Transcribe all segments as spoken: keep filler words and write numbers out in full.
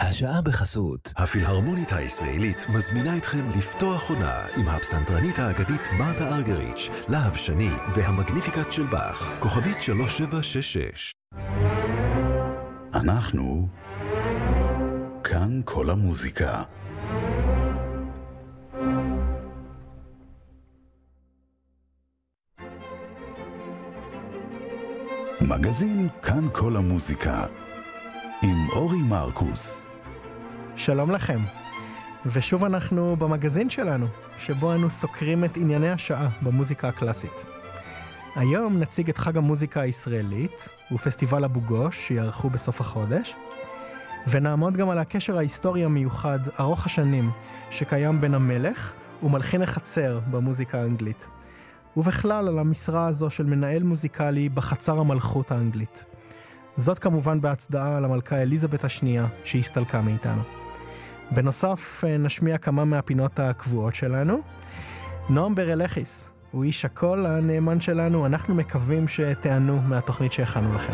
השעה בחסות. הפילהרמונית הישראלית מזמינה אתכם לפתוח עונה עם הפסנתרנית האגדית מרתה ארגריץ', להב שני והמגניפיקט של באך, כוכבית שלוש שבע שש שש. אנחנו כאן כל המוזיקה. מגזין כאן כל המוזיקה עם אורי מרקוס. שלום לכם, ושוב אנחנו במגזין שלנו, שבו אנו סוקרים את ענייני השעה במוזיקה הקלאסית. היום נציג את חג המוזיקה הישראלית ופסטיבל אבו גוש שיערכו בסוף החודש, ונעמוד גם על הקשר ההיסטורי המיוחד ארוך השנים שקיים בין המלך ומלחין החצר במוזיקה האנגלית, ובכלל על המשרה הזו של מנהל מוזיקלי בחצר המלכות האנגלית. זאת כמובן בהצדעה למלכה אליזבת השנייה שהסתלקה מאיתנו. בנוסף נשמיע כמה מהפינות הקבועות שלנו. נועם ברלכיס הוא איש הקול הנאמן שלנו, אנחנו מקווים שתענו מהתוכנית שהכנו לכם.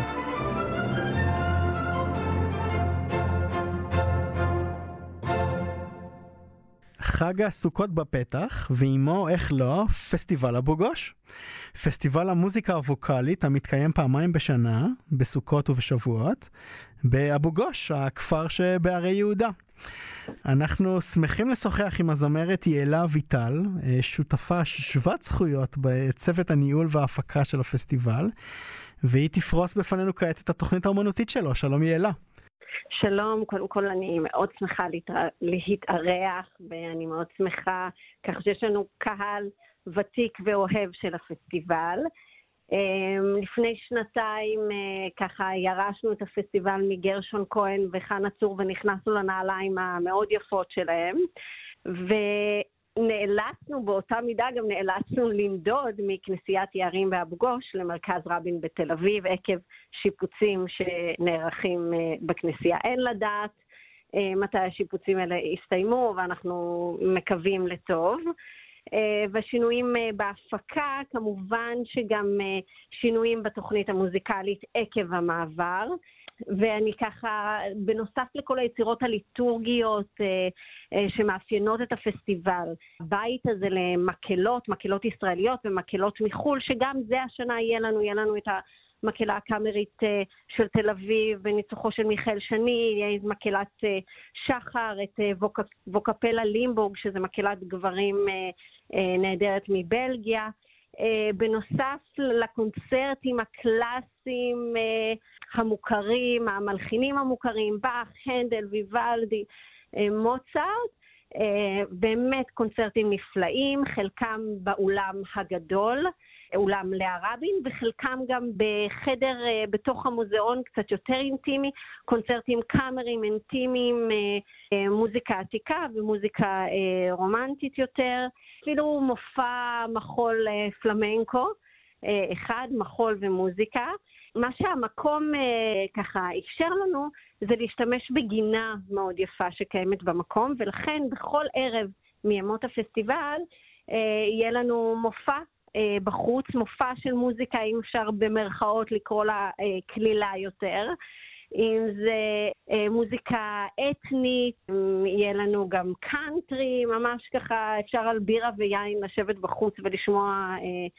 חג הסוכות בפתח, ועימו, איך לא, פסטיבל אבו גוש. פסטיבל המוזיקה הווקלית המתקיים פעמיים בשנה, בסוכות ובשבועות, באבו גוש, הכפר שבערי יהודה. אנחנו שמחים לשוחח עם הזמרת יעלה ויטל, שותפה שוות זכויות בצוות הניהול וההפקה של הפסטיבל, והיא תפרוס בפנינו כעת את התוכנית האומנותית שלו. שלום יעלה. שלום, קודם כל אני מאוד שמחה להתארח, ואני מאוד שמחה כך שיש לנו קהל ותיק ואוהב של הפסטיבל. לפני שנתיים ככה ירשנו את הפסטיבל מגרשון כהן וחנה צור ונכנסנו לנעליים המאוד יפות שלהם, ונאלצנו באותה מידה גם נאלצנו לנדוד מכנסיית יערים באבו גוש למרכז רבין בתל אביב עקב שיפוצים שנערכים בכנסייה. אין לדעת מתי השיפוצים האלה יסתיימו, ואנחנו מקווים לטוב. והשינויים בהפקה, כמובן שגם שינויים בתוכנית המוזיקלית עקב המעבר, ואני ככה, בנוסף לכל היצירות הליטורגיות שמאפיינות את הפסטיבל, הבית הזה למקהלות, מקהלות ישראליות ומקהלות מחול, שגם זה השנה יהיה לנו, יהיה לנו את המקהלה הקאמרית של תל אביב, בניצוחו של מיכאל שני, יהיה מקהלת שחר, את ווק, ווקפלה לימבורג, שזה מקהלת גברים נהדרת מבלגיה. בנוסף לקונצרטים הקלאסיים המוכרים, המלחינים המוכרים, באך, הנדל, ויוולדי, מוצרט, באמת קונצרטים נפלאים, חלקם באולם הגדול, אולם לאה רבין, וחלקם גם בחדר בתוך המוזיאון קצת יותר אינטימי, קונצרטים קאמריים אינטימיים, מוזיקה עתיקה ומוזיקה רומנטית יותר, אפילו מופע מחול פלמנקו, אחד, מחול ומוזיקה. מה שהמקום ככה אפשר לנו זה להשתמש בגינה מאוד יפה שקיימת במקום, ולכן בכל ערב מימות הפסטיבל יהיה לנו מופע בחוץ, מופע של מוזיקה, אם אפשר במרכאות לקרוא לה כלילה יותר. אם זה מוזיקה אתנית, יהיה לנו גם קאנטרי, ממש ככה אפשר על בירה ויין לשבת בחוץ ולשמוע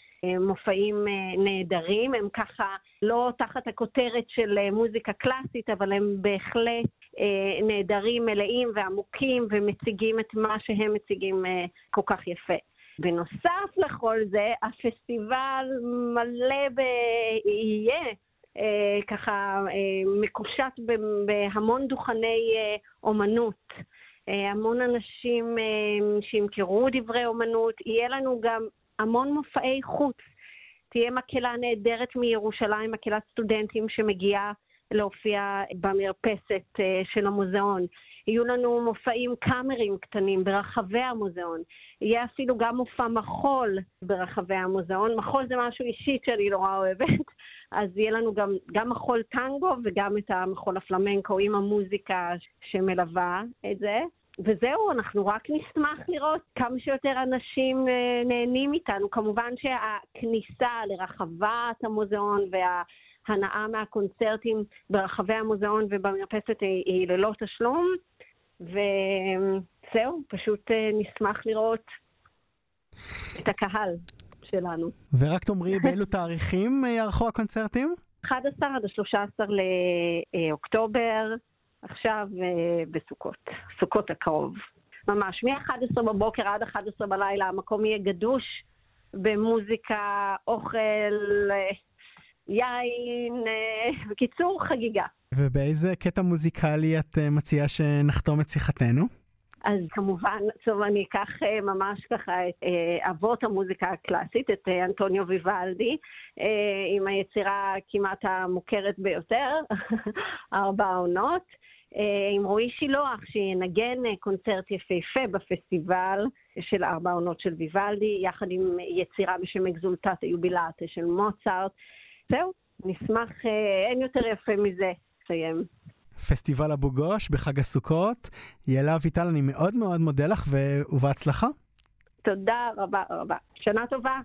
מופעים נהדרים. הם ככה לא תחת הכותרת של מוזיקה קלאסית, אבל הם בהחלט נהדרים, מלאים ועמוקים, ומציגים את מה שהם מציגים כל כך יפה. בנוסף לכל זה, הפסטיבל מלא ב... יהיה אה, ככה אה, מקושט בהמון דוכני אה, אומנות, אה, המון אנשים אה, שימכרו דברי אומנות, יהיה לנו גם המון מופעי חוץ, תהיה מקהלה נהדרת מירושלים, מקהלת סטודנטים שמגיעה להופיע במרפסת אה, של המוזיאון, יהיו לנו מופעים קאמריים קטנים ברחבי המוזיאון. יהיה אפילו גם מופע מחול ברחבי המוזיאון. מחול זה משהו אישית שאני נורא אוהבת. אז יהיה לנו גם, גם מחול טנגו וגם את המחול הפלמנקו עם המוזיקה שמלווה את זה. וזהו, אנחנו רק נשמח לראות כמה שיותר אנשים נהנים איתנו. כמובן שהכניסה לרחבת המוזיאון וה... הנאה מהקונצרטים ברחבי המוזיאון ובמרפסת היא, היא ללא תשלום, וזהו, פשוט נשמח לראות את הקהל שלנו. ורק תאמרי, באילו תאריכים יערכו הקונצרטים? אחד עשר עד ה-שלושה עשר לאוקטובר, עכשיו בסוכות, סוכות הקרוב. ממש, מ-אחת עשרה בבוקר עד אחת עשרה בלילה, המקום יהיה גדוש במוזיקה, אוכל, יין, בקיצור, חגיגה. ובאיזה קטע מוזיקלי את מציעה שנחתום את שיחתנו? אז כמובן, טוב, אני אקח ממש ככה את אבות המוזיקה הקלאסית, את אנטוניו ויוולדי, עם היצירה כמעט המוכרת ביותר, ארבע העונות, עם רועי שילוח, שינגן קונצרט יפהפה בפסטיבל של ארבע העונות של ויוולדי, יחד עם יצירה בשם אקזולטטה יובילטה של מוצרט. זהו, נשמח, אין יותר יפה מזה, סיים. פסטיבל אבו גוש בחג הסוכות. יאלה אביטל, אני מאוד מאוד מודה לך ובהצלחה. תודה רבה רבה. שנה טובה.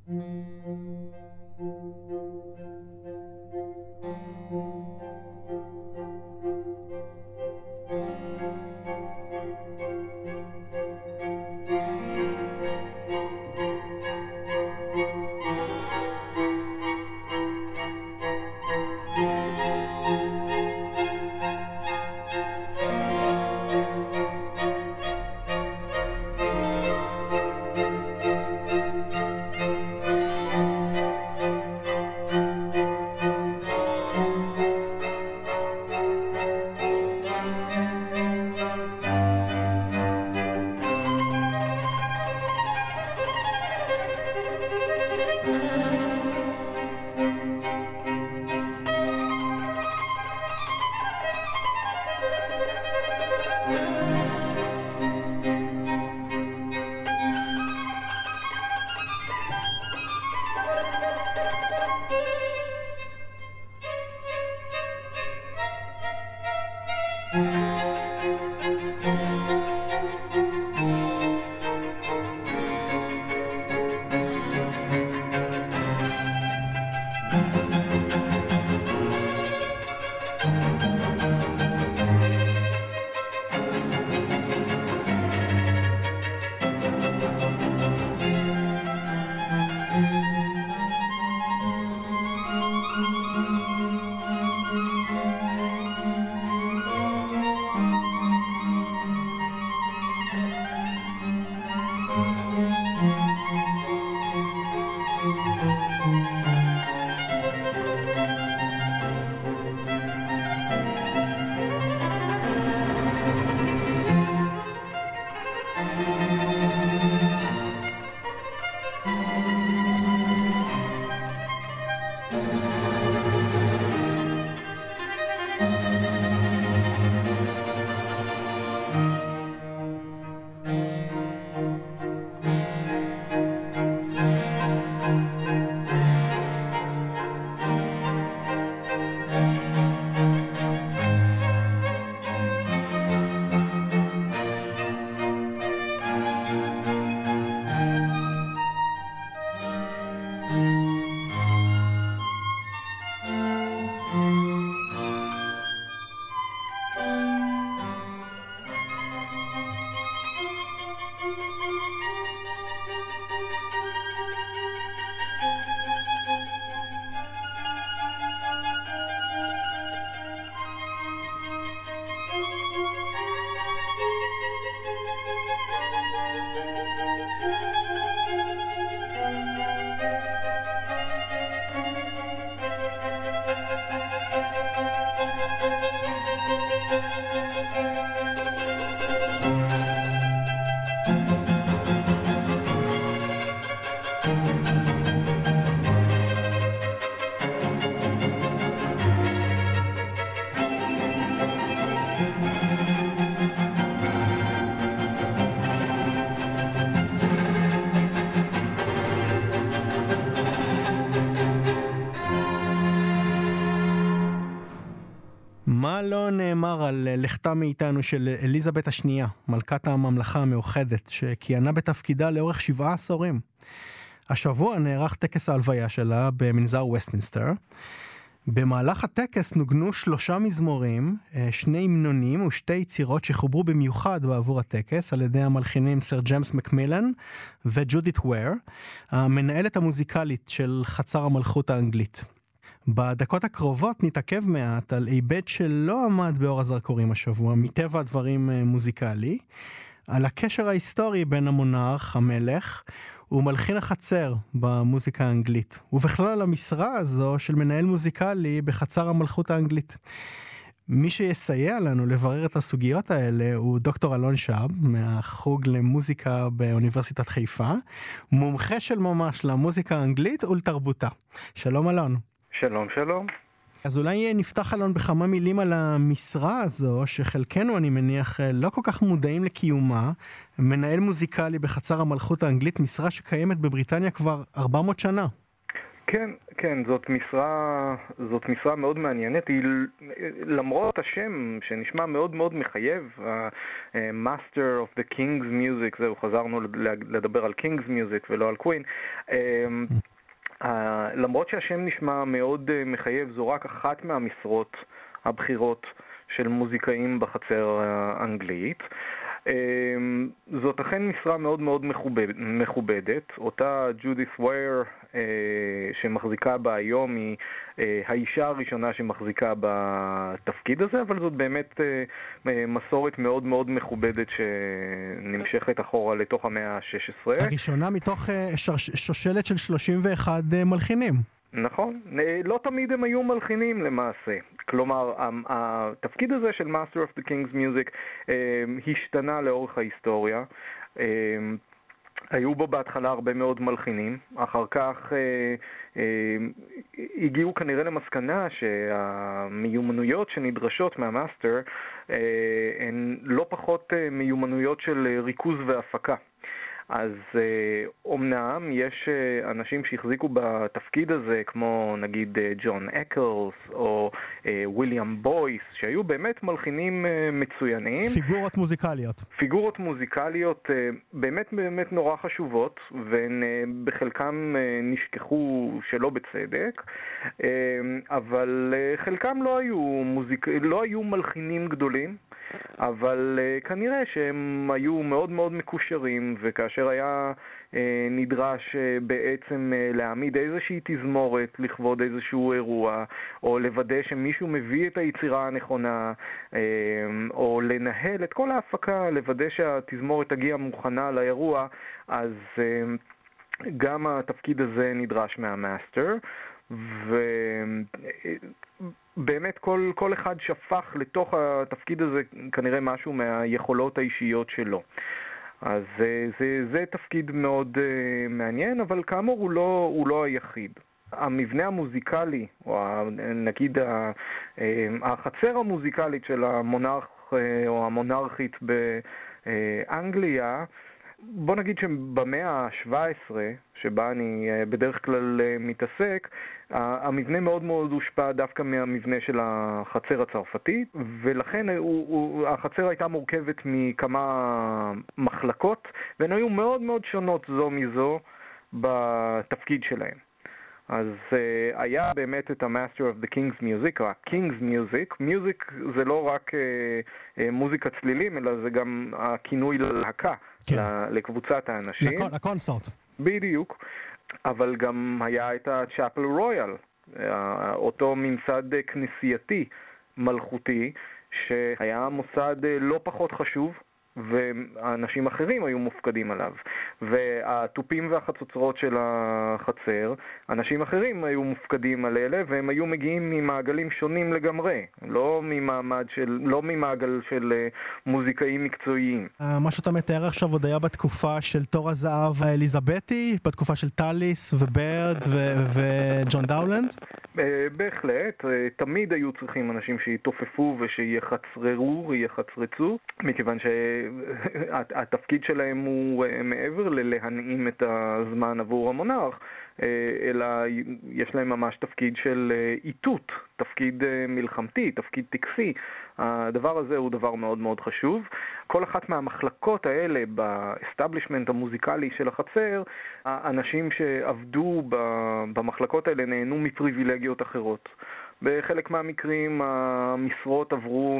מה לא נאמר על לכתה מאיתנו של אליזבת השנייה, מלכת הממלכה המאוחדת, שכיהנה בתפקידה לאורך שבעה עשורים. השבוע נערך טקס ההלוויה שלה במנזר וסטמינסטר, במהלך הטקס נוגנו שלושה מזמורים, שני המנונים ושתי יצירות שחוברו במיוחד בעבור הטקס על ידי המלחינים סר ג'יימס מקמילן וג'ודית וויר, המנהלת המוזיקלית של חצר המלכות האנגלית. בדקות הקרובות נתעכב מעט על היבט שלא עמד באור הזרקורים השבוע, מטבע הדברים מוזיקלי, על הקשר ההיסטורי בין המונרך, המלך, ומלחין החצר במוזיקה האנגלית, ובכלל על המשרה הזו של מנהל מוזיקלי בחצר המלכות האנגלית. מי שיסייע לנו לברר את הסוגיות האלה הוא דוקטור אלון שעב, מהחוג למוזיקה באוניברסיטת חיפה, מומחה של ממש למוזיקה האנגלית ולתרבותה. שלום אלון. שלום, שלום. אז אולי נפתח אלון בכמה מילים על המשרה הזו, שחלקנו אני מניח לא כל כך מודעים לקיומה, מנהל מוזיקלי בחצר המלכות האנגלית, משרה שקיימת בבריטניה כבר ארבע מאות שנה. כן, כן, זאת משרה, זאת משרה מאוד מעניינת, היא, למרות השם שנשמע מאוד מאוד מחייב, uh, Master of the King's Music, זהו, חזרנו לדבר על King's Music ולא על Queen, uh, Uh, למרות שהשם נשמע מאוד uh, מחייב, זו רק אחת מהמשרות הבחירות של מוזיקאים בחצר האנגלית. Uh, זאת אכן משרה מאוד מאוד מכובד, מכובדת. אותה ג'ודית וויר uh, שמחזיקה בה היום היא uh, האישה הראשונה שמחזיקה בתפקיד הזה, אבל זאת באמת uh, מסורת מאוד מאוד מכובדת שנמשכת אחורה לתוך המאה ה-שש עשרה. הראשונה מתוך uh, שושלת של שלושים ואחד uh, מלחינים. נכון, לא תמיד הם היו מלחינים למעשה. כלומר, התפקיד הזה של Master of the King's Music השתנה לאורך ההיסטוריה. היו בו בהתחלה הרבה מאוד מלחינים, אחר כך אה, אה, הגיעו כנראה למסקנה שהמיומנויות שנדרשות מהמאסטר אה, הן לא פחות אה, מיומנויות של ריכוז והפקה. אז אומנם יש אנשים שהחזיקו בתפקיד הזה, כמו נגיד ג'ון אקלס או וויליאם בויס, שהיו באמת מלחינים מצוינים. פיגורות מוזיקליות. פיגורות מוזיקליות באמת באמת נורא חשובות, והן בחלקם נשכחו שלא בצדק, אבל חלקם לא היו, מוזיק... לא היו מלחינים גדולים. אבל uh, כנראה שהם היו מאוד מאוד מקושרים, וכאשר היה uh, נדרש uh, בעצם uh, להעמיד איזושהי תזמורת לכבוד איזשהו אירוע, או לוודא שמישהו מביא את היצירה הנכונה, uh, או לנהל את כל ההפקה, לוודא שהתזמורת תגיע מוכנה לאירוע, אז uh, גם התפקיד הזה נדרש מהמאסטר, ובאמת כל, כל אחד שפך לתוך התפקיד הזה כנראה משהו מהיכולות האישיות שלו. אז זה, זה, זה תפקיד מאוד uh, מעניין, אבל כאמור הוא לא, הוא לא היחיד. המבנה המוזיקלי, או נגיד החצר המוזיקלית של המונרך או המונרכית באנגליה, בוא נגיד שבמאה ה-שבע עשרה, שבה אני בדרך כלל מתעסק, המבנה מאוד מאוד הושפע דווקא מהמבנה של החצר הצרפתית, ולכן הוא, הוא, החצר הייתה מורכבת מכמה מחלקות, והן היו מאוד מאוד שונות זו מזו בתפקיד שלהן. אז uh, היה באמת את ה-Master of the King's Music, או ה-King's Music. Music זה לא רק uh, uh, מוזיקה צלילים, אלא זה גם הכינוי ללהקה, כן. לקבוצת האנשים. לקונ- לקונסרט. בדיוק. אבל גם היה את ה-Chapel Royal, uh, אותו ממסד כנסייתי מלכותי, שהיה מוסד uh, לא פחות חשוב, ואנשים אחרים היו מופקדים עליו. והטופים והחצוצרות של החצר, אנשים אחרים היו מופקדים על אלה, והם היו מגיעים ממעגלים שונים לגמרי, לא ממעמד של, לא ממעגל של מוזיקאים מקצועיים. מה שאתה מתאר עכשיו עוד היה בתקופה של תור הזהב האליזבתי, בתקופה של טליס וברד וג'ון דאולנד? בהחלט, תמיד היו צריכים אנשים שיתופפו ושיחצררו, יחצרצו, מכיוון שהתפקיד שלהם הוא מעבר ללהנעים את הזמן עבור המונרך, אלא יש להם ממש תפקיד של איתות, תפקיד מלחמתי, תפקיד טקסי. הדבר הזה הוא דבר מאוד מאוד חשוב. כל אחת מהמחלקות האלה באסטאבלישמנט המוזיקלי של החצר, האנשים שעבדו במחלקות האלה נהנו מפריבילגיות אחרות. בחלק מהמקרים המשרות עברו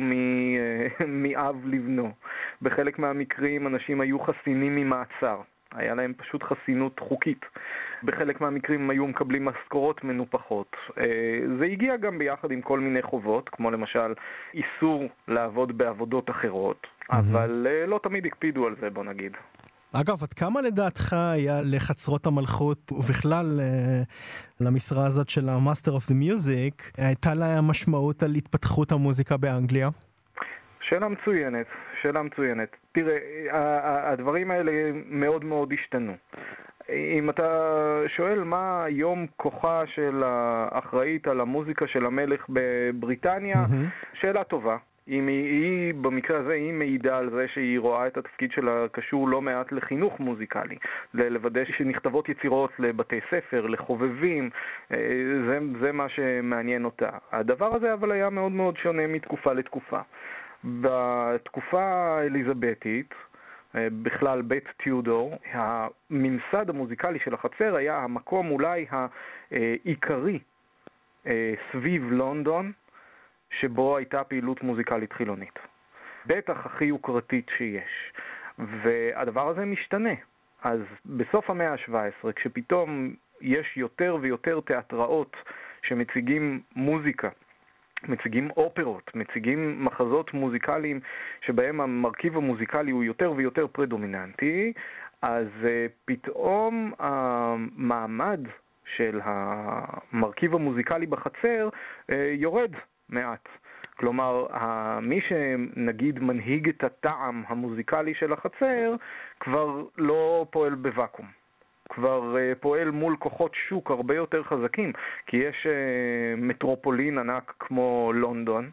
מאב לבנו. בחלק מהמקרים אנשים היו חסינים ממעצר. היה להם פשוט חסינות חוקית. בחלק מהמקרים הם היו מקבלים משכורות מנופחות. זה הגיע גם ביחד עם כל מיני חובות, כמו למשל איסור לעבוד בעבודות אחרות, mm-hmm. אבל לא תמיד הקפידו על זה, בוא נגיד. אגב, עד כמה לדעתך היה לחצרות המלכות, ובכלל למשרה הזאת של ה-Master of the Music, הייתה לה משמעות על התפתחות המוזיקה באנגליה? שאלה מצוינת, שאלה מצוינת. תראה, הדברים האלה מאוד מאוד השתנו. אם אתה שואל מה היום כוחה של האחראית על המוזיקה של המלך בבריטניה, mm-hmm. שאלה טובה. היא, היא, במקרה הזה, היא מעידה על זה שהיא רואה את התפקיד שלה קשור לא מעט לחינוך מוזיקלי, לוודא שנכתבות יצירות לבתי ספר, לחובבים, זה, זה מה שמעניין אותה. הדבר הזה אבל היה מאוד מאוד שונה מתקופה לתקופה. בתקופה האליזבטית, בכלל בית טיודור, הממסד המוזיקלי של החצר היה המקום אולי העיקרי סביב לונדון, שבו הייתה פעילות מוזיקלית חילונית. בטח הכי יוקרתית שיש. והדבר הזה משתנה. אז בסוף המאה ה-שבע עשרה, כשפתאום יש יותר ויותר תיאטראות שמציגים מוזיקה, מציגים אופרות, מציגים מחזות מוזיקליים שבהם המרכיב המוזיקלי הוא יותר ויותר פרדומיננטי, אז פתאום המעמד של המרכיב המוזיקלי בחצר יורד מעט. כלומר, מי שנגיד מנהיג את הטעם המוזיקלי של החצר כבר לא פועל בוואקום. כבר פועל מול כוחות שוק הרבה יותר חזקים, כי יש מטרופולין ענק כמו לונדון,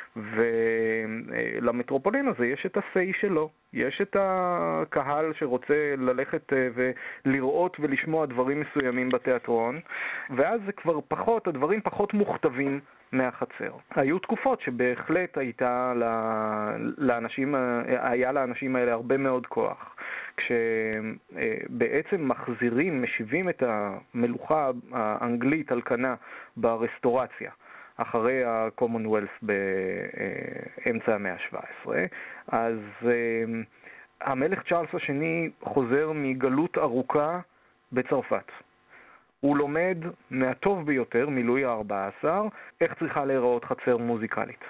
ולמטרופולין הזה יש את הסי שלו. יש את הקהל שרוצה ללכת ולראות ולשמוע דברים מסוימים בתיאטרון, ואז זה כבר פחות, הדברים פחות מוכתבים מהחצר. היו תקופות שבהחלט הייתה לאנשים, היה לאנשים האלה הרבה מאוד כוח. כשבעצם מחזירים, משיבים את המלוכה האנגלית על כנה ברסטורציה, אחרי ה-Commonwealth באמצע המאה ה-שבע עשרה, אז המלך צ'ארלס השני חוזר מגלות ארוכה בצרפת. הוא לומד מהטוב ביותר, מלואי ה-ארבע עשר, איך צריכה להיראות חצר מוזיקלית.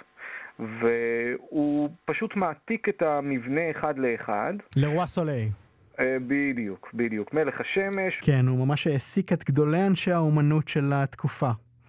והוא פשוט מעתיק את המבנה אחד לאחד. לרוע סולי. בדיוק, בדיוק. מלך השמש. כן, הוא ממש העסיק את גדולי אנשי האומנות של התקופה.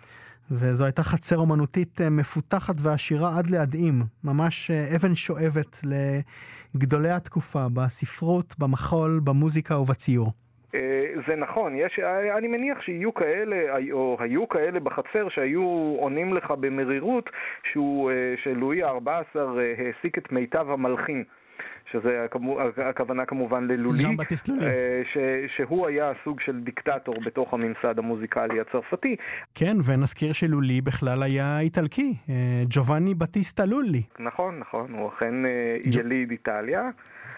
וזו הייתה חצר אומנותית מפותחת ועשירה עד להדהים. ממש אבן שואבת לגדולי התקופה, בספרות, במחול, במוזיקה ובציור. זה נכון, יש, אני מניח שיהיו כאלה, או היו כאלה בחצר שהיו עונים לך במרירות, שהוא, שלואי ה-ארבע עשר העסיק את מיטב המלחין, שזה הכוונה כמובן ללולי, ש, שהוא היה סוג של דיקטטור בתוך הממסד המוזיקלי הצרפתי. כן, ונזכיר שלולי בכלל היה איטלקי, ג'ובאני בטיסטה לולי. נכון, נכון, הוא אכן יליד איטליה.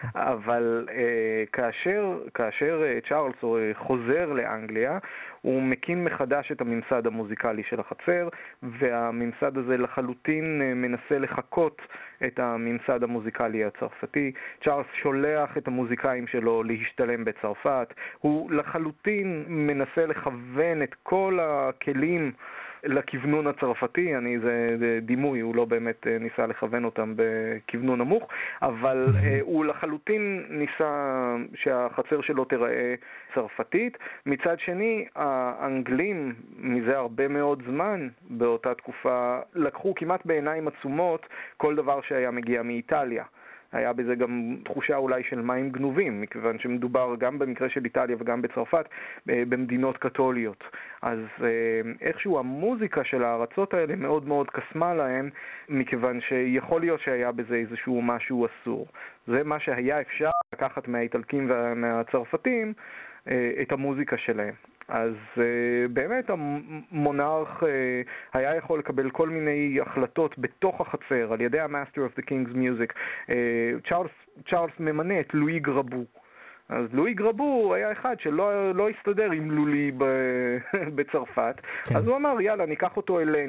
אבל אה, כאשר, כאשר אה, צ'ארלס אה, חוזר לאנגליה, הוא מקים מחדש את הממסד המוזיקלי של החצר, והממסד הזה לחלוטין אה, מנסה לחקות את הממסד המוזיקלי הצרפתי. צ'ארלס שולח את המוזיקאים שלו להשתלם בצרפת, הוא לחלוטין מנסה לכוון את כל הכלים לכיוונון הצרפתי. אני, זה, זה דימוי, הוא לא באמת ניסה לכוון אותם בכיוונון נמוך, אבל הוא לחלוטין ניסה שהחצר שלו תיראה צרפתית. מצד שני, האנגלים מזה הרבה מאוד זמן באותה תקופה לקחו כמעט בעיניים עצומות כל דבר שהיה מגיע מאיטליה. היה בזה גם תחושה אולי של מים גנובים, מכיוון שמדובר גם במקרה של איטליה וגם בצרפת במדינות קתוליות. אז איכשהו המוזיקה של הארצות האלה מאוד מאוד קסמה להם, מכיוון שיכול להיות שהיה בזה איזשהו משהו אסור. זה מה שהיה אפשר לקחת מהאיטלקים ומהצרפתים את המוזיקה שלהם. אז uh, באמת המונרך uh, היה יכול לקבל כל מיני החלטות בתוך החצר על ידי ה-Master of the King's Music. Uh, צ'ארלס, צ'ארלס ממנה את לואי גרבו. אז לואי גרבו היה אחד שלא לא הסתדר עם לולי בצרפת. כן. אז הוא אמר, יאללה, ניקח אותו אלינו.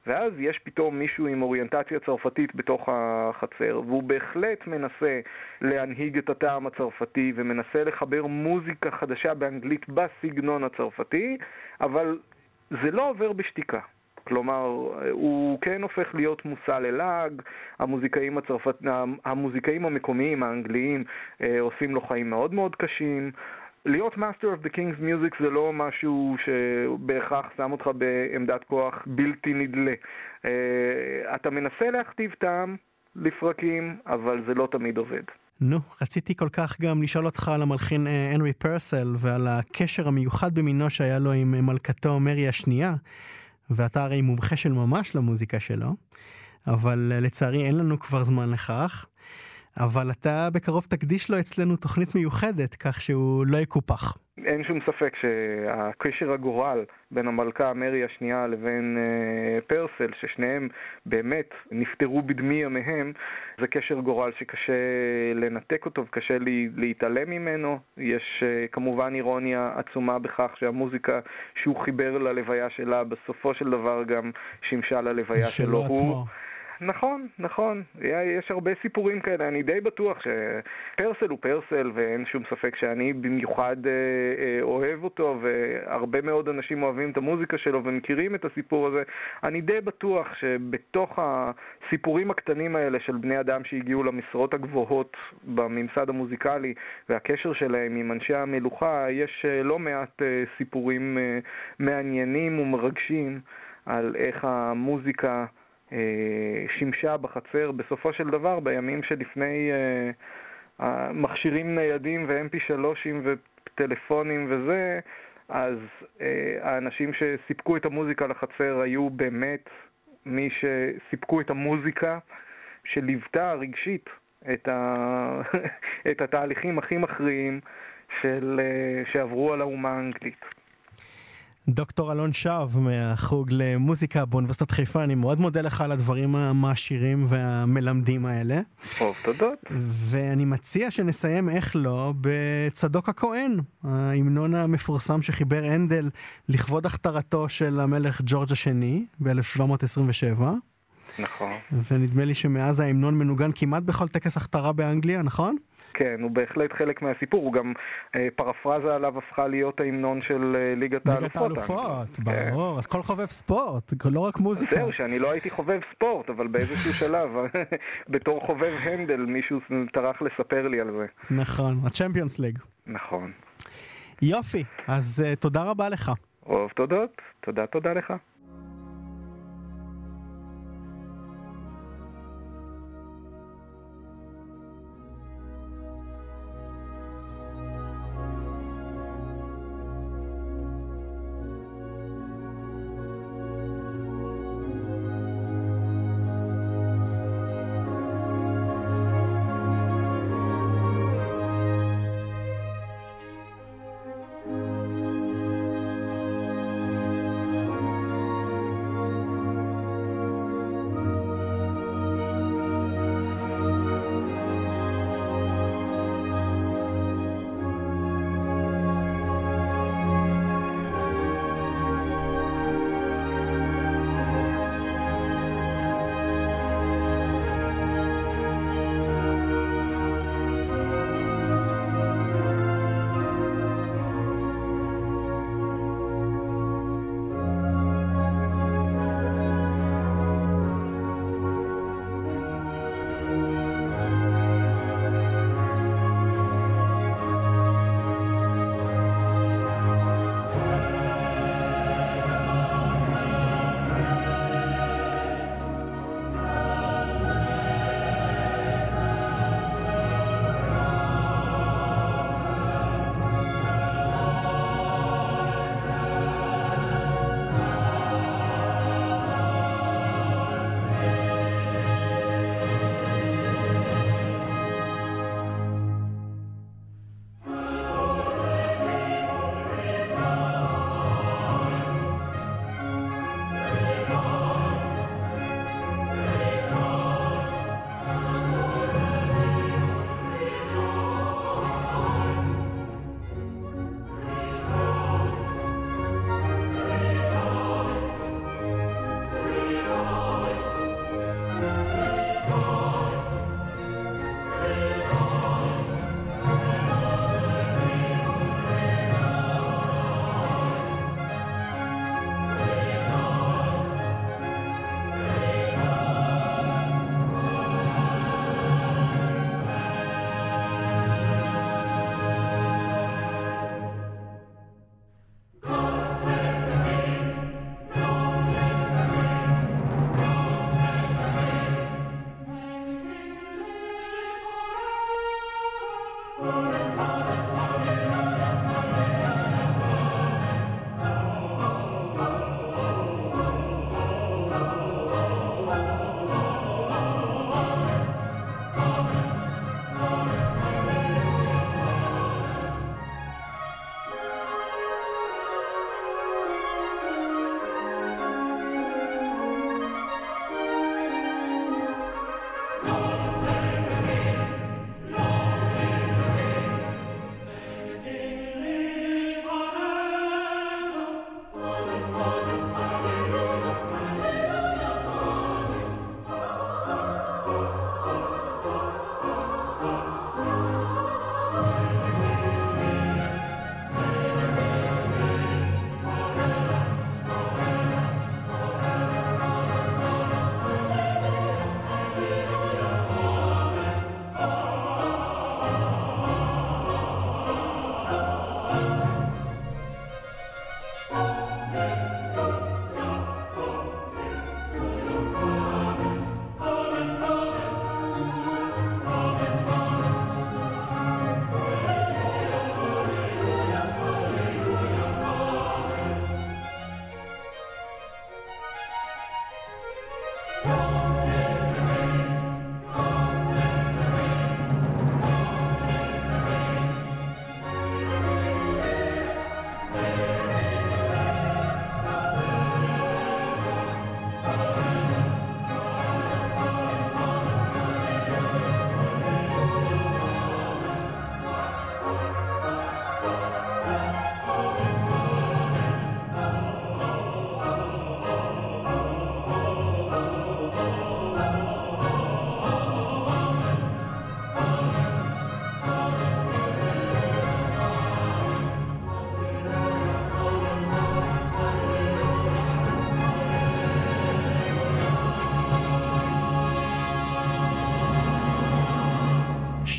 ואז יש פתאום מישהו עם אוריינטציה צרפתית בתוך החצר, והוא בהחלט מנסה להנהיג את הטעם הצרפתי, ומנסה לחבר מוזיקה חדשה באנגלית בסגנון הצרפתי, אבל זה לא עובר בשתיקה. כלומר, הוא כן הופך להיות מושא ללעג, המוזיקאים הצרפת... המוזיקאים המקומיים, האנגליים, עושים לו חיים מאוד מאוד קשים. להיות Master of the King's Music זה לא משהו שבהכרח שם אותך בעמדת כוח בלתי נדלה. אתה מנסה להכתיב טעם לפרקים, אבל זה לא תמיד עובד. נו, רציתי כל כך גם לשאול אותך על המלחין הנרי פרסל ועל הקשר המיוחד במינו שהיה לו עם מלכתו מרי השנייה, ואתה הרי מומחה של ממש למוזיקה שלו, אבל לצערי אין לנו כבר זמן לכך, אבל אתה בקרוב תקדיש לו אצלנו תוכנית מיוחדת, כך שהוא לא יקופח. אין שום ספק שהקשר הגורל בין המלכה מרי השנייה לבין אה, פרסל, ששניהם באמת נפטרו בדמי ימיהם, זה קשר גורל שקשה לנתק אותו וקשה לי, להתעלם ממנו. יש אה, כמובן אירוניה עצומה בכך שהמוזיקה שהוא חיבר ללוויה שלה בסופו של דבר גם שימשה ללוויה שלו. עצמו. הוא... נכון, נכון. יש הרבה סיפורים כאלה. אני די בטוח שפרסל הוא פרסל, ואין שום ספק שאני במיוחד אוהב אותו, והרבה מאוד אנשים אוהבים את המוזיקה שלו ומכירים את הסיפור הזה. אני די בטוח שבתוך הסיפורים הקטנים האלה של בני אדם שהגיעו למשרות הגבוהות בממסד המוזיקלי, והקשר שלהם עם אנשי המלוכה, יש לא מעט סיפורים מעניינים ומרגשים על איך המוזיקה שימשה בחצר בסופו של דבר בימים שלפני מכשירים ניידים ו-אם פי שלוש וטלפונים וזה, אז האנשים שסיפקו את המוזיקה לחצר היו באמת מי שסיפקו את המוזיקה שליוותה רגשית את, ה... את התהליכים הכי מכריעים של... שעברו על האומה האנגלית. דוקטור אלון שב מהחוג למוזיקה באוניברסיטת חיפה, אני מאוד מודה לך על הדברים המעשירים והמלמדים האלה. טוב, תודות. ואני מציע שנסיים איך לא בצדוק הכהן, ההמנון המפורסם שחיבר הנדל לכבוד הכתרתו של המלך ג'ורג' השני ב-אלף שבע מאות עשרים ושבע. נכון. ונדמה לי שמאז ההמנון מנוגן כמעט בכל טקס הכתרה באנגליה, נכון? כן, הוא בהחלט חלק מהסיפור, הוא גם אה, פרפרזה עליו הפכה להיות ההמנון של אה, ליגת האלופות. ליגת האלופות, ברור, אז כל חובב ספורט, לא רק מוזיקה. זהו, שאני לא הייתי חובב ספורט, אבל באיזשהו שלב, בתור חובב הנדל, מישהו טרח לספר לי על זה. נכון, הצ'מפיונס ליג. נכון. יופי, אז uh, תודה רבה לך. רוב תודות, תודה תודה לך.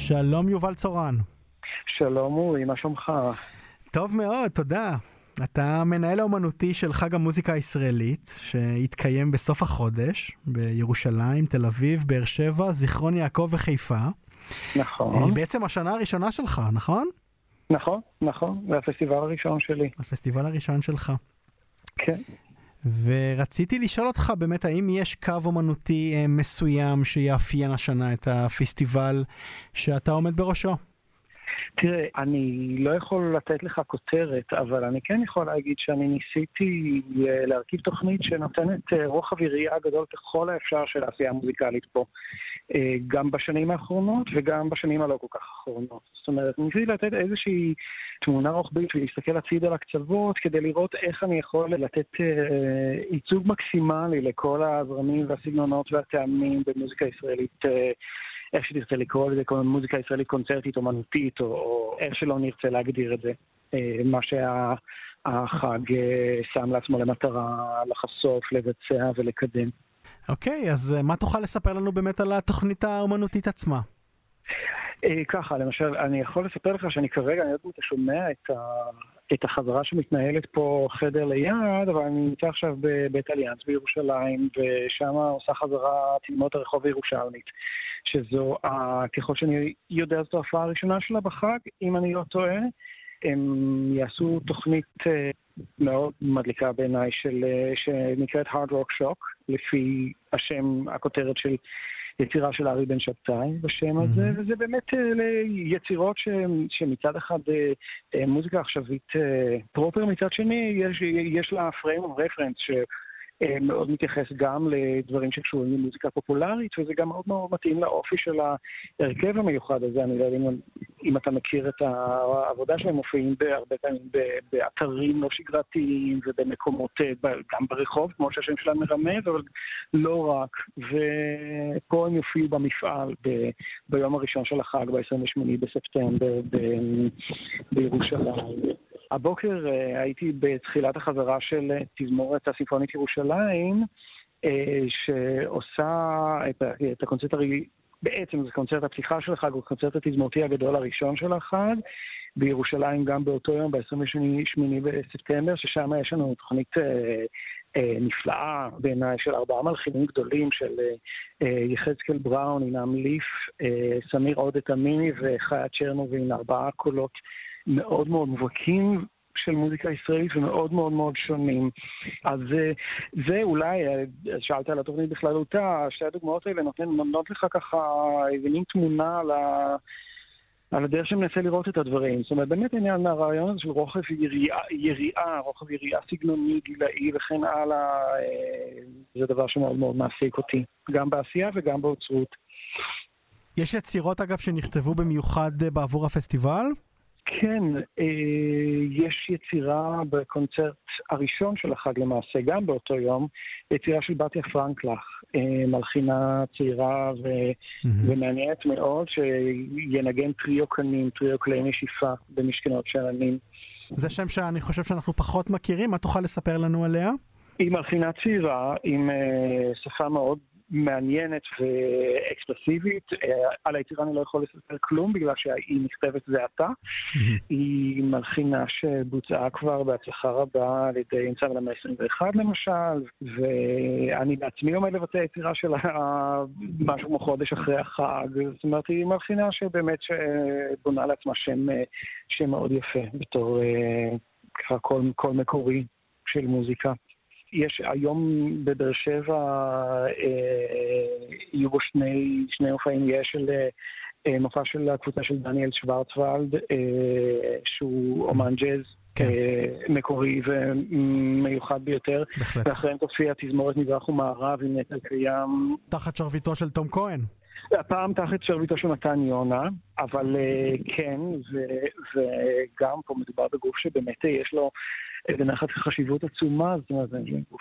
שלום יובל צורן. שלום אורי, מה שלומך? טוב מאוד, תודה. אתה מנהל האומנותי של חג המוזיקה הישראלית, שהתקיים בסוף החודש, בירושלים, תל אביב, באר שבע, זיכרון יעקב וחיפה. נכון. בעצם השנה הראשונה שלך, נכון? נכון, נכון. זה הפסטיבל הראשון שלי. הפסטיבל הראשון שלך. כן. ורציתי לשאול אותך באמת, האם יש קו אומנותי מסוים שיאפיין השנה את הפסטיבל שאתה עומד בראשו? תראה, אני לא יכול לתת לך כותרת, אבל אני כן יכול להגיד שאני ניסיתי להרכיב תוכנית שנותנת רוחב יריעה גדול ככל האפשר של העשייה המוזיקלית פה. גם בשנים האחרונות וגם בשנים הלא כל כך האחרונות. זאת אומרת, ניסיתי לתת איזושהי תמונה רוחבית ולהסתכל הציד על הקצוות כדי לראות איך אני יכול לתת ייצוג מקסימלי לכל הזרמים והסגנונות והטעמים במוזיקה ישראלית, איך שתרצה לקרוא לזה, כל מוזיקה ישראלית קונצרטית, אומנותית, או, או איך שלא נרצה להגדיר את זה. מה שהחג שם לעצמו למטרה לחשוף, לבצע ולקדם. אוקיי, אז מה תוכל לספר לנו באמת על התוכנית האומנותית עצמה? ככה, למשל, אני יכול לספר לך שאני כרגע, אני יודעת אם אתה שומע את, ה, את החזרה שמתנהלת פה חדר ליד, אבל אני נמצא עכשיו בבית אליאנס בירושלים, ושם עושה חזרה תלמות הרחוב הירושלמית, שזו, ככל שאני יודע, זו ההופעה הראשונה שלה בחג, אם אני לא טועה, הם יעשו תוכנית מאוד מדליקה בעיניי, של, שנקראת Hard Rock Shock, לפי השם, הכותרת של יצירה של ארי בן שבתאי בשם הזה, mm-hmm. וזה באמת יצירות ש, שמצד אחד מוזיקה עכשווית פרופר, מצד שני יש, יש לה פריים ורפרנס שמאוד מתייחס גם לדברים שקשורים למוזיקה פופולרית, וזה גם מאוד מאוד מתאים לאופי של ההרכב המיוחד הזה. אני לא יודע אם, אם אתה מכיר את העבודה שהם מופיעים בהרבה פעמים באתרים לא שגרתיים ובמקומות, גם ברחוב, כמו שהשם שלהם מרמז, אבל לא רק. ופה הם יופיעו במפעל ב, ביום הראשון של החג, ב-עשרים ושמונה בספטמבר ב- בירושלים. הבוקר הייתי בתחילת החזרה של תזמורת הסימפונית ירושלים, שעושה את הקונצרט הרי... בעצם זה קונצרט הפתיחה של החג, הוא קונצרט התזמורתי הגדול הראשון של החג, בירושלים גם באותו יום, ב-עשרים ושמונה בספטמבר, ששם יש לנו תוכנית אה, אה, נפלאה בעיניי של ארבעה מלחינים גדולים, של אה, יחזקאל בראון, אינם ליף, אה, סמיר עודת אמיני וחיה צ'רנובין, ארבעה קולות מאוד מאוד מובהקים של מוזיקה ישראלית ומאוד מאוד מאוד שונים. אז זה אולי, שאלת על התוכנית בכללותה, שתי הדוגמאות האלה נותנות לך ככה איזה מין תמונה על, ה, על הדרך שמנסה לראות את הדברים. זאת אומרת, באמת העניין הרעיון הזה של רוחב יריעה, יריעה, רוחב יריעה סגנוני, גילאי וכן הלאה, זה דבר שמאוד מאוד מעסיק אותי, גם בעשייה וגם באוצרות. יש יצירות אגב שנכתבו במיוחד בעבור הפסטיבל? כן, יש יצירה בקונצרט הראשון של החג למעשה, גם באותו יום, יצירה של בתיה פרנקלך, מלחינה צעירה ומעניינת מאוד, שינגן טריו קנים, טריו כלי נשיפה במשכנות שאננים. זה שם שאני חושב שאנחנו פחות מכירים, מה תוכל לספר לנו עליה? היא מלחינה צעירה עם שפה מאוד מעניינת ואקספרסיבית. על היצירה אני לא יכול לספר כלום בגלל שהיא נכתבת זה עתה. היא מלחינה שבוצעה כבר בהצלחה רבה על ידי אנסמבל המאה ה-עשרים ואחת למשל, ואני בעצמי עומד לבצע יצירה שלה משהו כמו חודש אחרי החג. זאת אומרת, היא מלחינה שבאמת בונה לעצמה שם, שם מאוד יפה בתור ככה קול, קול מקורי של מוזיקה. יש היום בבאר שבע, יהיו בו שני, שני מופעים, יש של מופע של הקבוצה של דניאל שוורצוולד, שהוא אומן ג'אז כן. מקורי ומיוחד ביותר. בהחלט. ואחריהם תופיע תזמורת מזרח ומערב עם נטע קיים. תחת שרביטו של תום כהן. הפעם תחת שרביטו של מתן יונה, אבל כן, וגם פה מדובר בגוף שבאמת יש לו בנחת חשיבות עצומה, זאת אומרת, זה גוף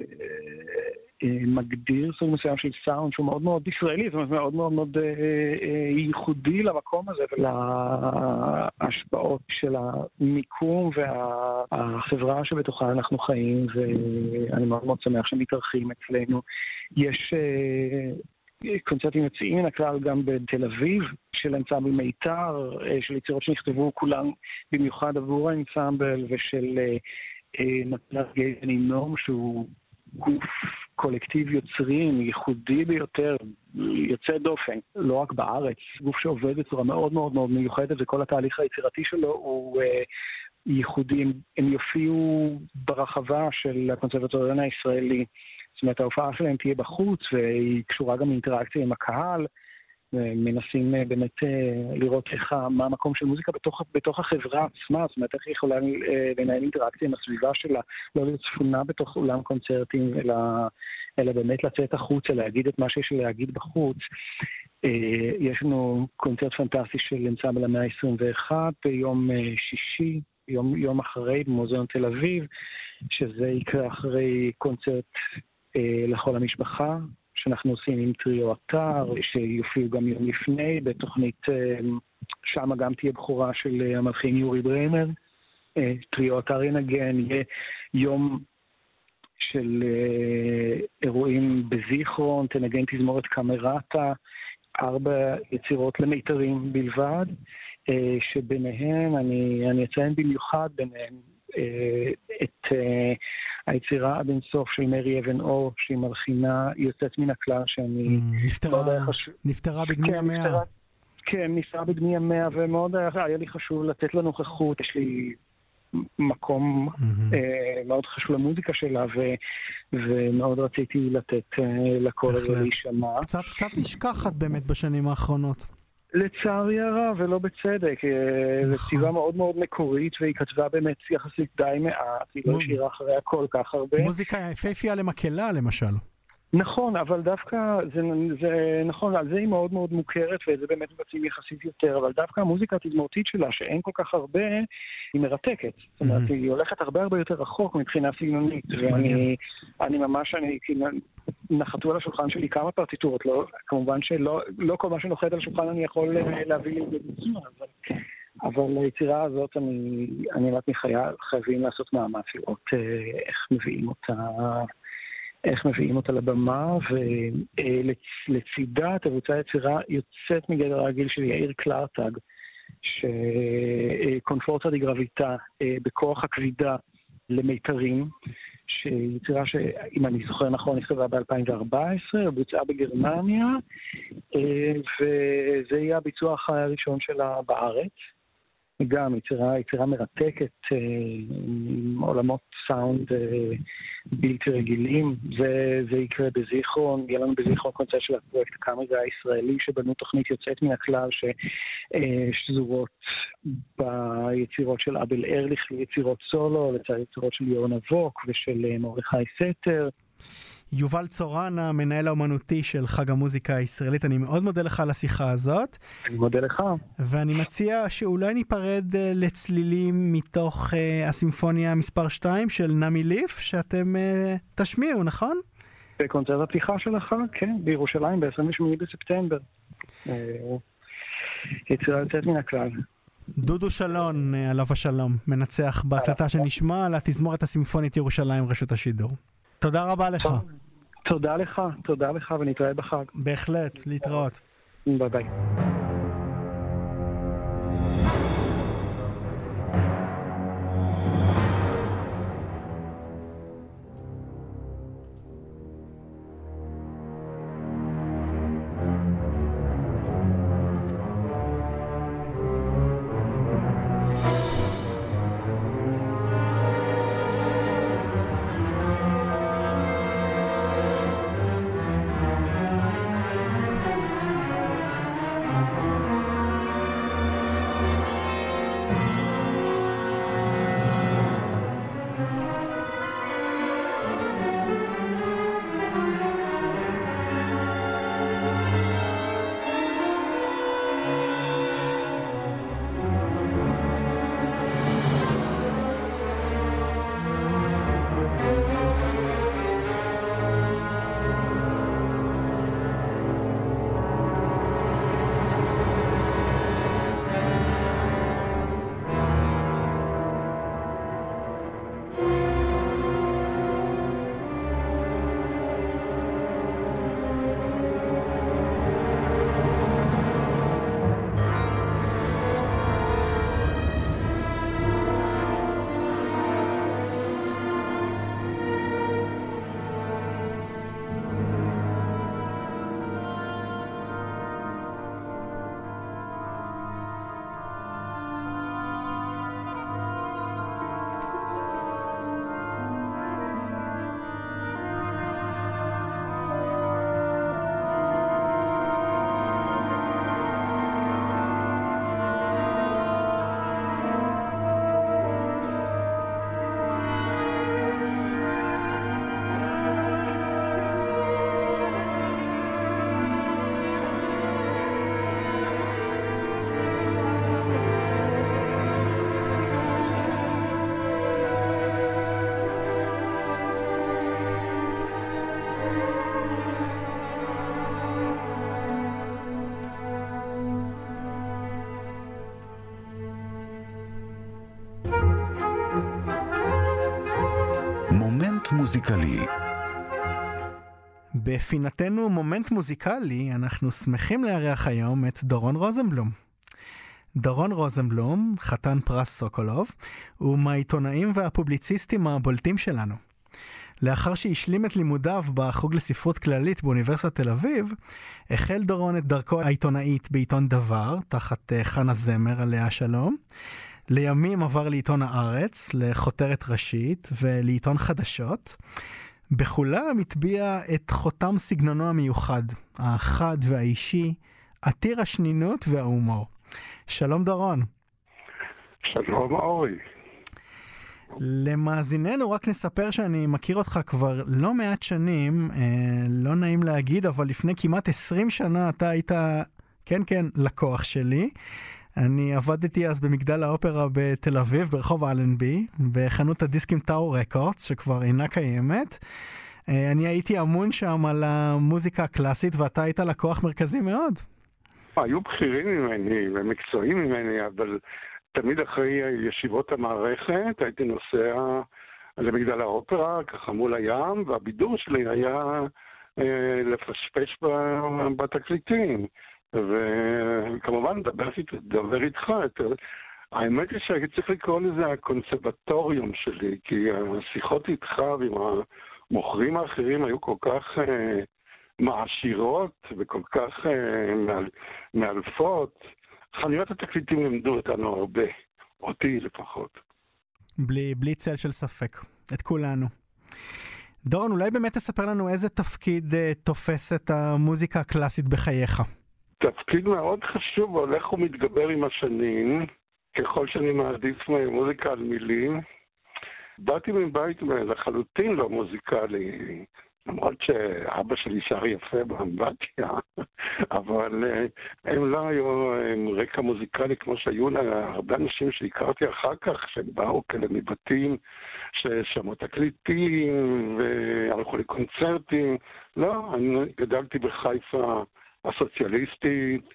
שמגדיר סוג מסוים של סאונד שהוא מאוד מאוד ישראלי, זאת אומרת, מאוד מאוד מאוד ייחודי למקום הזה ולהשפעות של המיקום והחברה שבתוכה אנחנו חיים, ואני מאוד מאוד שמח שמתארחים אצלנו. יש קונצרטים יוצאים מן הכלל גם בתל אביב, של אנסמבל מיתר, של יצירות שנכתבו כולן במיוחד עבור האנסמבל, ושל מתנת גייזן אינום, שהוא גוף קולקטיב יוצרים, ייחודי ביותר, יוצא דופן, לא רק בארץ, גוף שעובד בצורה מאוד מאוד מאוד מיוחדת, וכל התהליך היצירתי שלו הוא ייחודי, הם יופיעו ברחבה של הקונסרבטוריון הישראלי, זאת אומרת ההופעה שלהם תהיה בחוץ, והיא קשורה גם לאינטראקציה עם הקהל, מנסים באמת לראות איך, מה המקום של מוזיקה בתוך, בתוך החברה עצמה, זאת אומרת איך היא יכולה לנהל אינטראקציה עם הסביבה שלה, לא להיות צפונה בתוך אולם קונצרטים, אלא, אלא באמת לצאת החוצה, להגיד את מה שיש להגיד בחוץ. יש לנו קונצרט פנטסטי של אנסמבל המאה ה-עשרים ואחת ביום שישי, יום, יום אחרי במוזיאון תל אביב, שזה יקרה אחרי קונצרט לכל המשפחה, שאנחנו עושים עם טריו אתר, שיופיעו גם יום לפני, בתוכנית, שם גם תהיה בחורה של המלחין יורי בריימר, טריו אתר ינגן, יהיה יום של אירועים בזיכרון, תנגן תזמורת קמרטה, ארבע יצירות למיתרים בלבד, שביניהם, אני, אני אציין במיוחד ביניהם, את היצירה עד אינסוף של מרי אבן אור, שהיא מלחינה יוצאת מן הכלל, שאני... נפטרה בגני המאה. כן, נפטרה בגני המאה, ומאוד היה לי חשוב לתת לה נוכחות, יש לי מקום מאוד חשוב למוזיקה שלה, ומאוד רציתי לתת לקול הזה להישמע. קצת נשכחת באמת בשנים האחרונות. לצערי הרב, ולא בצדק. זו כתיבה מאוד מאוד מקורית, והיא כתבה באמת יחסית די מעט, היא לא השאירה אחריה כל כך הרבה. מוזיקה יפהפייה למקהלה, למשל. נכון, אבל דווקא, זה, זה נכון, על זה היא מאוד מאוד מוכרת, וזה באמת מבצעים יחסית יותר, אבל דווקא המוזיקה התזמורתית שלה, שאין כל כך הרבה, היא מרתקת. זאת אומרת, היא הולכת הרבה הרבה יותר רחוק מבחינה סגנונית, ואני אני ממש, אני, נחתו על השולחן שלי כמה פרטיטורות, לא, כמובן שלא לא כל מה שנוחת על השולחן אני יכול להביא לי בביצוע, אבל, אבל ליצירה הזאת אני, אני רק חייבים לעשות מאמץ לראות איך מביאים אותה, איך מביאים אותה לבמה, ולצידה תבוצע יצירה יוצאת מגדר הרגיל של יאיר קלרטג, שקונפורטה די גרביטה בכוח הכבידה למיתרים, שיצירה שאם אני זוכר נכון נכתבה ב-אלפיים וארבע עשרה, בוצעה בגרמניה, וזה יהיה הביצוע הראשון שלה בארץ. גם יצירה, יצירה מרתקת, עם עולמות סאונד בלתי רגילים. זה, זה יקרה בזיכרון, יהיה לנו בזיכרון קונצרט של הפרויקט הקאמרי הישראלי, שבנו תוכנית יוצאת מן הכלל, ששזורות ביצירות של אבל ארליך, יצירות סולו, לצד יצירות של יורן אבוק ושל מרדכי סתר. יובל צורן, המנהל האומנותי של חג המוזיקה הישראלית, אני מאוד מודה לך על השיחה הזאת. אני מודה לך. ואני מציע שאולי ניפרד לצלילים מתוך uh, הסימפוניה מספר שתיים של נמי ליף, שאתם uh, תשמיעו, נכון? בקונצרט הפתיחה שלך, כן, בירושלים, ב-עשרים ושמונה בספטמבר. יצירה יוצאת מן הכלל. דודו שלון, עליו השלום, מנצח בהקלטה שנשמע על התזמורת הסימפונית ירושלים רשות השידור. תודה רבה לך. תודה לך, תודה לך, ונתראה בחג. בהחלט, להתראות. ביי ביי. מוזיקלי. בפינתנו מומנט מוזיקלי אנחנו שמחים לארח היום את דורון רוזנבלום. דורון רוזנבלום, חתן פרס סוקולוב, הוא מהעיתונאים והפובליציסטים הבולטים שלנו. לאחר שהשלים את לימודיו בחוג לספרות כללית באוניברסיטת תל אביב, החל דורון את דרכו העיתונאית בעיתון דבר, תחת חנה זמר עליה שלום. לימים עבר לעיתון הארץ, לחותרת ראשית ולעיתון חדשות. בכולם הטביע את חותם סגנונו המיוחד, החד והאישי, עתיר השנינות וההומור. שלום דורון. שלום אורי. למאזיננו רק נספר שאני מכיר אותך כבר לא מעט שנים, אה, לא נעים להגיד, אבל לפני כמעט עשרים שנה אתה היית, כן כן, לקוח שלי. אני עבדתי אז במגדל האופרה בתל אביב, ברחוב אלנבי, בחנות הדיסקים טאו רקורדס, שכבר אינה קיימת. אה, אני הייתי אמון שם על המוזיקה הקלאסית, ואתה היית לקוח מרכזי מאוד. היו בכירים ממני ומקצועיים ממני, אבל תמיד אחרי ישיבות המערכת הייתי נוסע למגדל האופרה, ככה מול הים, והבידור שלי היה אה, לפשפש בתקליטים. וכמובן, דבר, דבר איתך. האמת היא שהייתי צריך לקרוא לזה הקונסרבטוריום שלי, כי השיחות איתך ועם המוכרים האחרים היו כל כך אה, מעשירות וכל כך אה, מעל, מאלפות. חנויות התקליטים למדו אותנו הרבה, אותי לפחות. בלי, בלי צל של ספק, את כולנו. דורון, אולי באמת תספר לנו איזה תפקיד uh, תופס את המוזיקה הקלאסית בחייך? תפקיד מאוד חשוב, הולך ומתגבר עם השנים, ככל שאני מעדיף מוזיקה על מילים. באתי מבית לחלוטין לא מוזיקלי, למרות שאבא שלי שר יפה באמבטיה, אבל הם לא היו הם רקע מוזיקלי כמו שהיו להרבה אנשים שהכרתי אחר כך, שהם באו כאלה מבתים ששמעו תקליטים והלכו לקונצרטים. לא, אני גדלתי בחיפה הסוציאליסטית,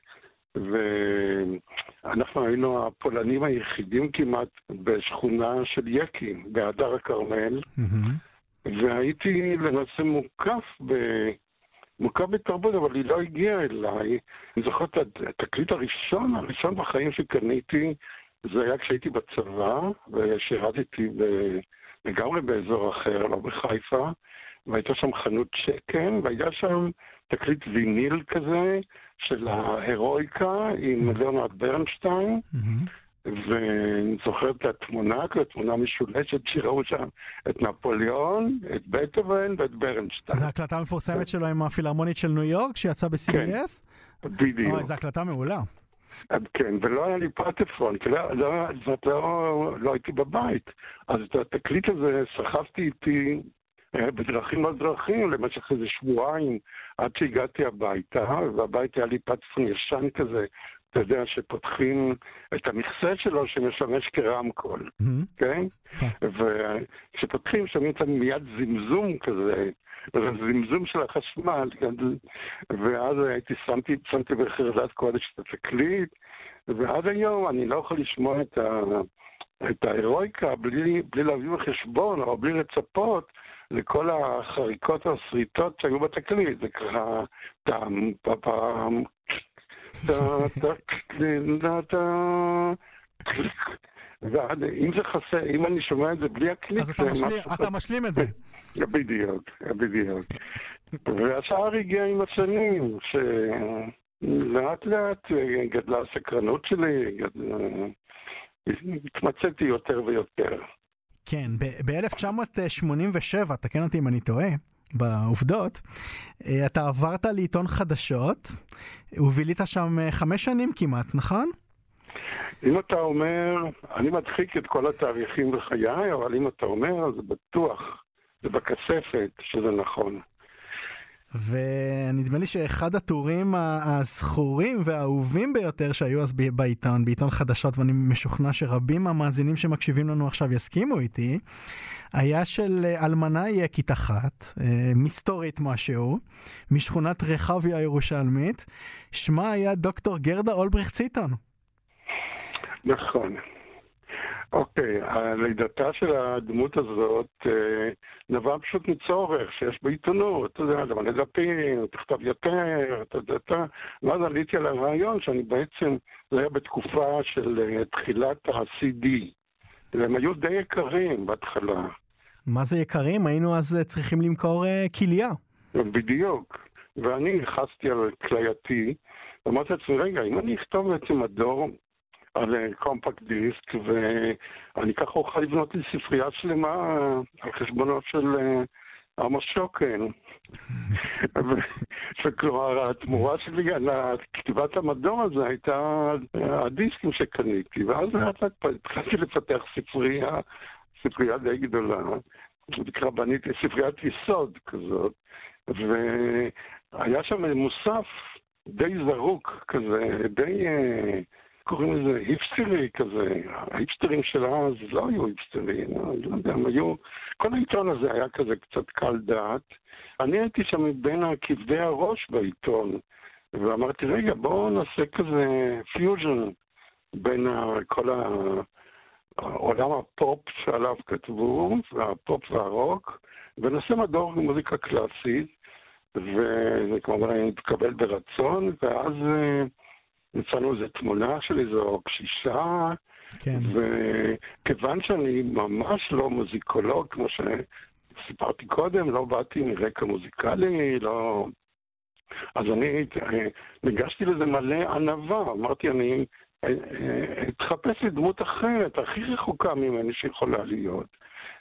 ואנחנו היינו הפולנים היחידים כמעט בשכונה של יקים, בהדר הכרמל, mm-hmm. והייתי למעשה מוקף, ב... מוקף בתרבות, אבל היא לא הגיעה אליי. אני זוכר את התקליט הראשון, הראשון בחיים שקניתי, זה היה כשהייתי בצבא, ושירתתי ב... לגמרי באזור אחר, לא בחיפה, והייתה שם חנות שקן, והיה שם תקליט ויניל כזה, של ההירואיקה עם ליאונרד ברנשטיין, mm-hmm. ואני זוכר את התמונה, התמונה משולשת שראו שם את נפוליאון, את בטהובן ואת ברנשטיין. זו הקלטה מפורסמת שלו עם הפילהרמונית של ניו יורק שיצא ב-סי בי אס? כן, בדיוק. אוי, זו הקלטה מעולה. כן, ולא היה לי פטפון, כי לא, לא, לא, לא הייתי בבית. אז את התקליט הזה סחבתי איתי בדרכים לא דרכים, למשך איזה שבועיים, עד שהגעתי הביתה, והבית היה לי פטפון ישן כזה, אתה יודע, שפותחים את המכסה שלו שמשמש כרמקול, כן? וכשפותחים שומעים את מיד זמזום כזה, זמזום של החשמל, ואז הייתי, שמתי, שמתי בחרדת קודש את התקליט, ועד היום אני לא יכול לשמוע את ה... את ההירואיקה בלי, בלי להביא בחשבון או בלי לצפות לכל החריקות והסריטות שהיו בתקליט. זה ככה טעם, פאפם, ואם זה חסר, אם אני שומע את זה בלי הקליק... אז אתה משלים את זה. בדיוק, בדיוק. והשאר הגיע עם השנים, שלאט לאט גדלה הסקרנות שלי, גדלה... התמצאתי יותר ויותר. כן, ב-אלף תשע מאות שמונים ושבע, תקן אותי אם אני טועה, בעובדות, אתה עברת לעיתון חדשות, ובילית שם חמש שנים כמעט, נכון? אם אתה אומר, אני מדחיק את כל התאריכים בחיי, אבל אם אתה אומר, זה בטוח, זה בכספת שזה נכון. ונדמה לי שאחד הטורים הזכורים והאהובים ביותר שהיו אז בעיתון, בעיתון חדשות, ואני משוכנע שרבים המאזינים שמקשיבים לנו עכשיו יסכימו איתי, היה של אלמנה יקית אחת, מסתורית משהו, משכונת רחביה הירושלמית, שמה היה דוקטור גרדה אולבריכט ציטון. נכון. אוקיי, הלידתה של הדמות הזאת נבע פשוט מצורך שיש בעיתונות, אתה יודע, למלא דפים, תכתב יותר, אתה יודע, ואז עליתי על הרעיון שאני בעצם, זה היה בתקופה של תחילת ה-סי די, והם היו די יקרים בהתחלה. מה זה יקרים? היינו אז צריכים למכור כליה. בדיוק, ואני חסתי על כלייתי, ואמרתי לעצמי, רגע, אם אני אכתוב בעצם מדור על קומפקט דיסק, ואני ככה אוכל לבנות לי ספרייה שלמה על חשבונות של עמוס שוקן. וכלומר, התמורה שלי על כתיבת המדור הזה הייתה הדיסקים שקניתי, ואז התחלתי לפתח ספרייה, ספרייה די גדולה, נקרא בניתי ספריית יסוד כזאת, והיה שם מוסף די זרוק כזה, די... קוראים לזה היפסטרי כזה, ההיפסטרים של אז לא היו היפסטרים, לא יודע, הם היו, כל העיתון הזה היה כזה קצת קל דעת. אני הייתי שם מבין כבדי הראש בעיתון, ואמרתי, רגע, בואו נעשה כזה פיוז'ן בין כל העולם הפופ שעליו כתבו, והפופ והרוק, ונעשה מדור מוזיקה קלאסית, וזה כמובן מתקבל ברצון, ואז... נצאנו איזו תמונה של איזו קשישה, כן. וכיוון שאני ממש לא מוזיקולוג, כמו שסיפרתי קודם, לא באתי מרקע מוזיקלי, לא... אז אני ניגשתי לזה מלא ענווה, אמרתי, אני אתחפש לי דמות אחרת, הכי רחוקה ממני שיכולה להיות,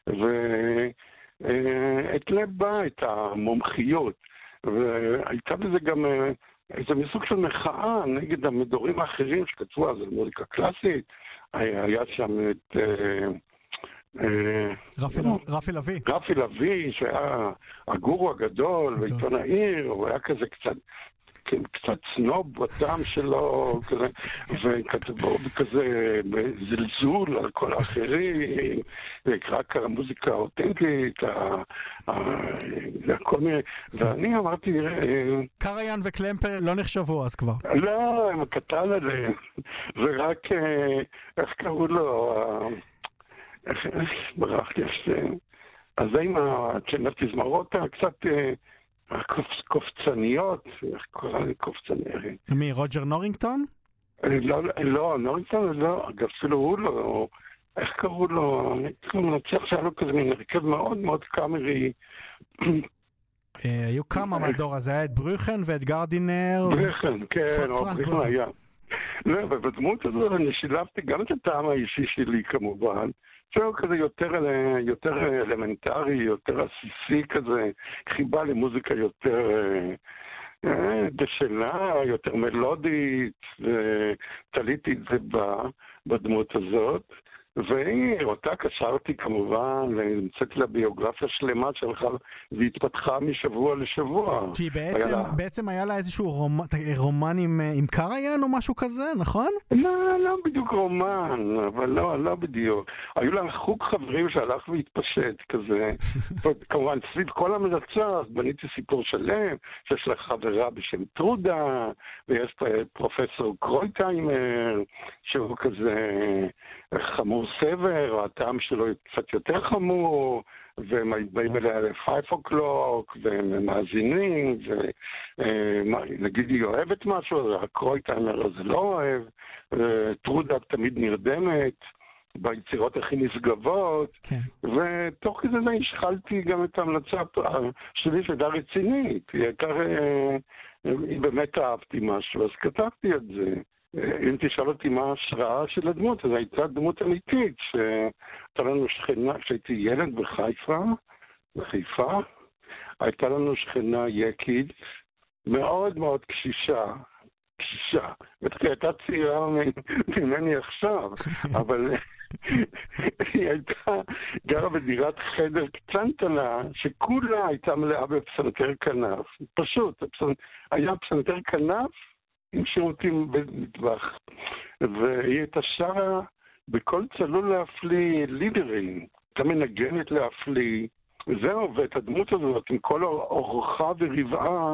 ואתלה בה את המומחיות, והייתה בזה גם... זה מסוג של מחאה נגד המדורים האחרים שכתבו אז על מוזיקה קלאסית. היה שם את... רפי לוי. רפי לוי, שהיה הגורו הגדול בעיתון העיר, הוא היה כזה קצת... קצת סנוב בטעם שלו, וכתבו כזה זלזול על כל האחרים, רק המוזיקה האותנטית, כל מיני, ואני אמרתי... קריין וקלמפר לא נחשבו אז כבר. לא, הם קטן עליהם, ורק, איך קראו לו, איך ברחתי השם, אז זה עם התזמורות הקצת... הקופצניות, איך קורא לי קופצניות? מי, רוג'ר נורינגטון? לא, לא, נורינגטון לא, אפילו הוא לא, איך קראו לו? אני מנצח שהיה לו כזה מין הרכב מאוד מאוד קאמרי. היו כמה מהדור הזה, היה את ברוכן ואת גרדינר. ברוכן, כן, ברוכן היה. לא, ובדמות הזו אני שילבתי גם את הטעם האישי שלי כמובן, שהוא כזה יותר, יותר אלמנטרי, יותר עסיסי כזה, חיבה למוזיקה יותר בשלה, יותר מלודית, ותליתי את זה בדמות הזאת. ואותה קשרתי כמובן, נמצאתי לה ביוגרפיה שלמה שלך, והתפתחה משבוע לשבוע. כי בעצם, היה לה... בעצם היה לה איזשהו רומן, רומן עם, עם קריין או משהו כזה, נכון? לא, לא בדיוק רומן, אבל לא, לא בדיוק. היו לה חוג חברים שהלך והתפשט כזה. כמובן, סביב כל המלצה, בניתי סיפור שלם, שיש לה חברה בשם טרודה, ויש פרופסור קרויטיימר, שהוא כזה חמור סבר, הטעם שלו קצת יותר חמור, והם באים אליה ל-five o'clock, והם מאזינים, ונגיד היא אוהבת משהו, הקרויטיימר הזה לא אוהב, טרודה תמיד נרדמת, ביצירות הכי נשגבות, כן. ותוך כזה זה השחלתי גם את ההמלצה שלי שהייתה רצינית, היא הייתה, היא באמת אהבתי משהו, אז כתבתי את זה. אם תשאל אותי מה ההשראה של הדמות, אז הייתה דמות אמיתית, שהייתה לנו שכנה, כשהייתי ילד בחיפה, בחיפה, הייתה לנו שכנה יקית, מאוד מאוד קשישה, קשישה, בטח הייתה צעירה ממני עכשיו, אבל היא הייתה גרה בדירת חדר קטנטנה, שכולה הייתה מלאה בפסנתר כנף, פשוט, היה פסנתר כנף, עם שירותים במטבח, והיא הייתה שרה בכל צלול להפליא לידרים, הייתה מנגנת להפליא, וזהו, ואת הדמות הזאת עם כל אורחה ורבעה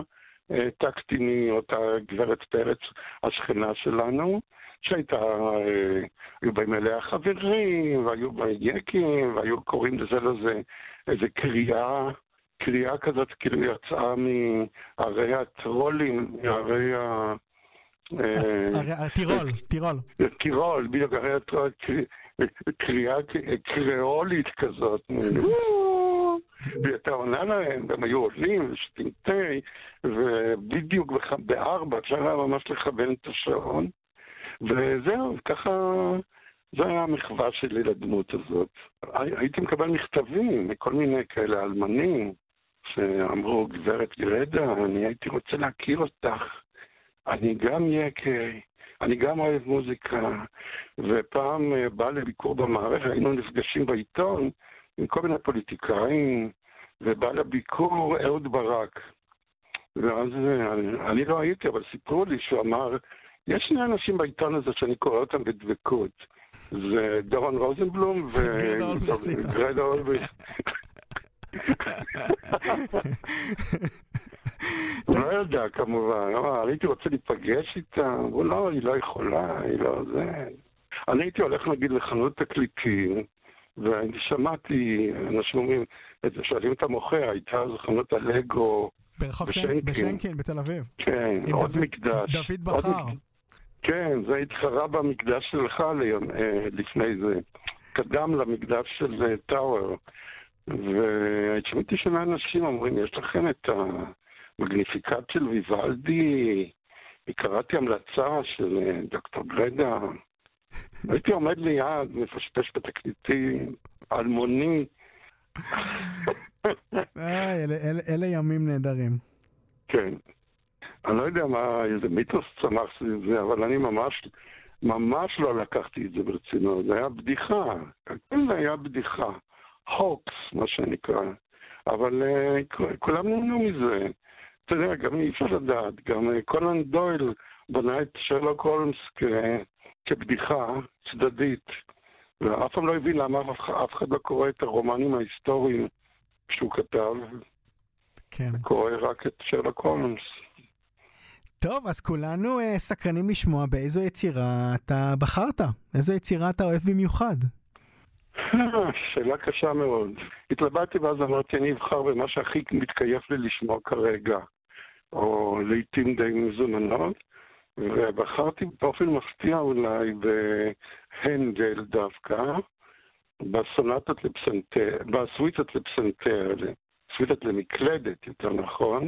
טקטיני, אותה גברת פרץ, השכנה שלנו, שהייתה, היו בהם אליה חברים, והיו בהם יקים, והיו קוראים לזה לזה איזה קריאה, קריאה כזאת כאילו יצאה מערי הטרולים, מערי ה... טירול, טירול. טירול, בדיוק, הרי קריאה קריאולית כזאת. והייתה עונה להם, והם היו עולים ושתים תה, ובדיוק בארבע, אפשר ממש לכוון את השעון. וזהו, ככה, זה היה המחווה שלי לדמות הזאת. הייתי מקבל מכתבים מכל מיני כאלה אלמנים, שאמרו, גברת גרדה, אני הייתי רוצה להכיר אותך. אני גם יקי, אני גם אוהב מוזיקה, ופעם בא לביקור במערכת, היינו נפגשים בעיתון עם כל מיני פוליטיקאים, ובא לביקור אהוד ברק. ואז אני, אני לא הייתי, אבל סיפרו לי שהוא אמר, יש שני אנשים בעיתון הזה שאני קורא אותם בדבקות. זה דורון רוזנבלום וגרדה אולבריכט. הוא לא יודע כמובן, אמר, הייתי רוצה להיפגש איתה, הוא לא, היא לא יכולה, היא לא זה. אני הייתי הולך נגיד לחנות תקליטים, ואני שמעתי, אנשים אומרים, שואלים את המוכר, הייתה אז חנות הלגו ברחוב בשנקין, בתל אביב. כן, עוד מקדש. דוד בחר. כן, זה התחרה במקדש שלך לפני זה. קדם למקדש של טאוור. והשמעתי שמה אנשים אומרים, יש לכם את המגניפיקט של ויוולדי, וקראתי המלצה של דוקטור גרדה. הייתי עומד ליד, מפשפש בתקליטים, אלמוני. אלה ימים נהדרים. כן. אני לא יודע מה, איזה מיתוס צמח סביב זה, אבל אני ממש, ממש לא לקחתי את זה ברצינות. זה היה בדיחה. כן, זה היה בדיחה. הוקס, מה שנקרא. אבל uh, כולם נהנו מזה. אתה יודע, גם אי אפשר לדעת. גם uh, קולן דויל בנה את שרלוק הולמס כ... כבדיחה צדדית. ואף פעם לא הבין למה אף, אף אחד לא קורא את הרומנים ההיסטוריים שהוא כתב. כן. קורא רק את שרלוק הולמס. טוב, אז כולנו uh, סקרנים לשמוע באיזו יצירה אתה בחרת. איזו יצירה אתה אוהב במיוחד. שאלה קשה מאוד. התלבטתי ואז אמרתי, אני אבחר במה שהכי מתקייף לי לשמוע כרגע, או לעתים די מזומנות, ובחרתי באופן מפתיע אולי בהנדל דווקא, בסונטות לפסנתר, בסוויטות לפסנתר, סוויטות למקלדת, יותר נכון,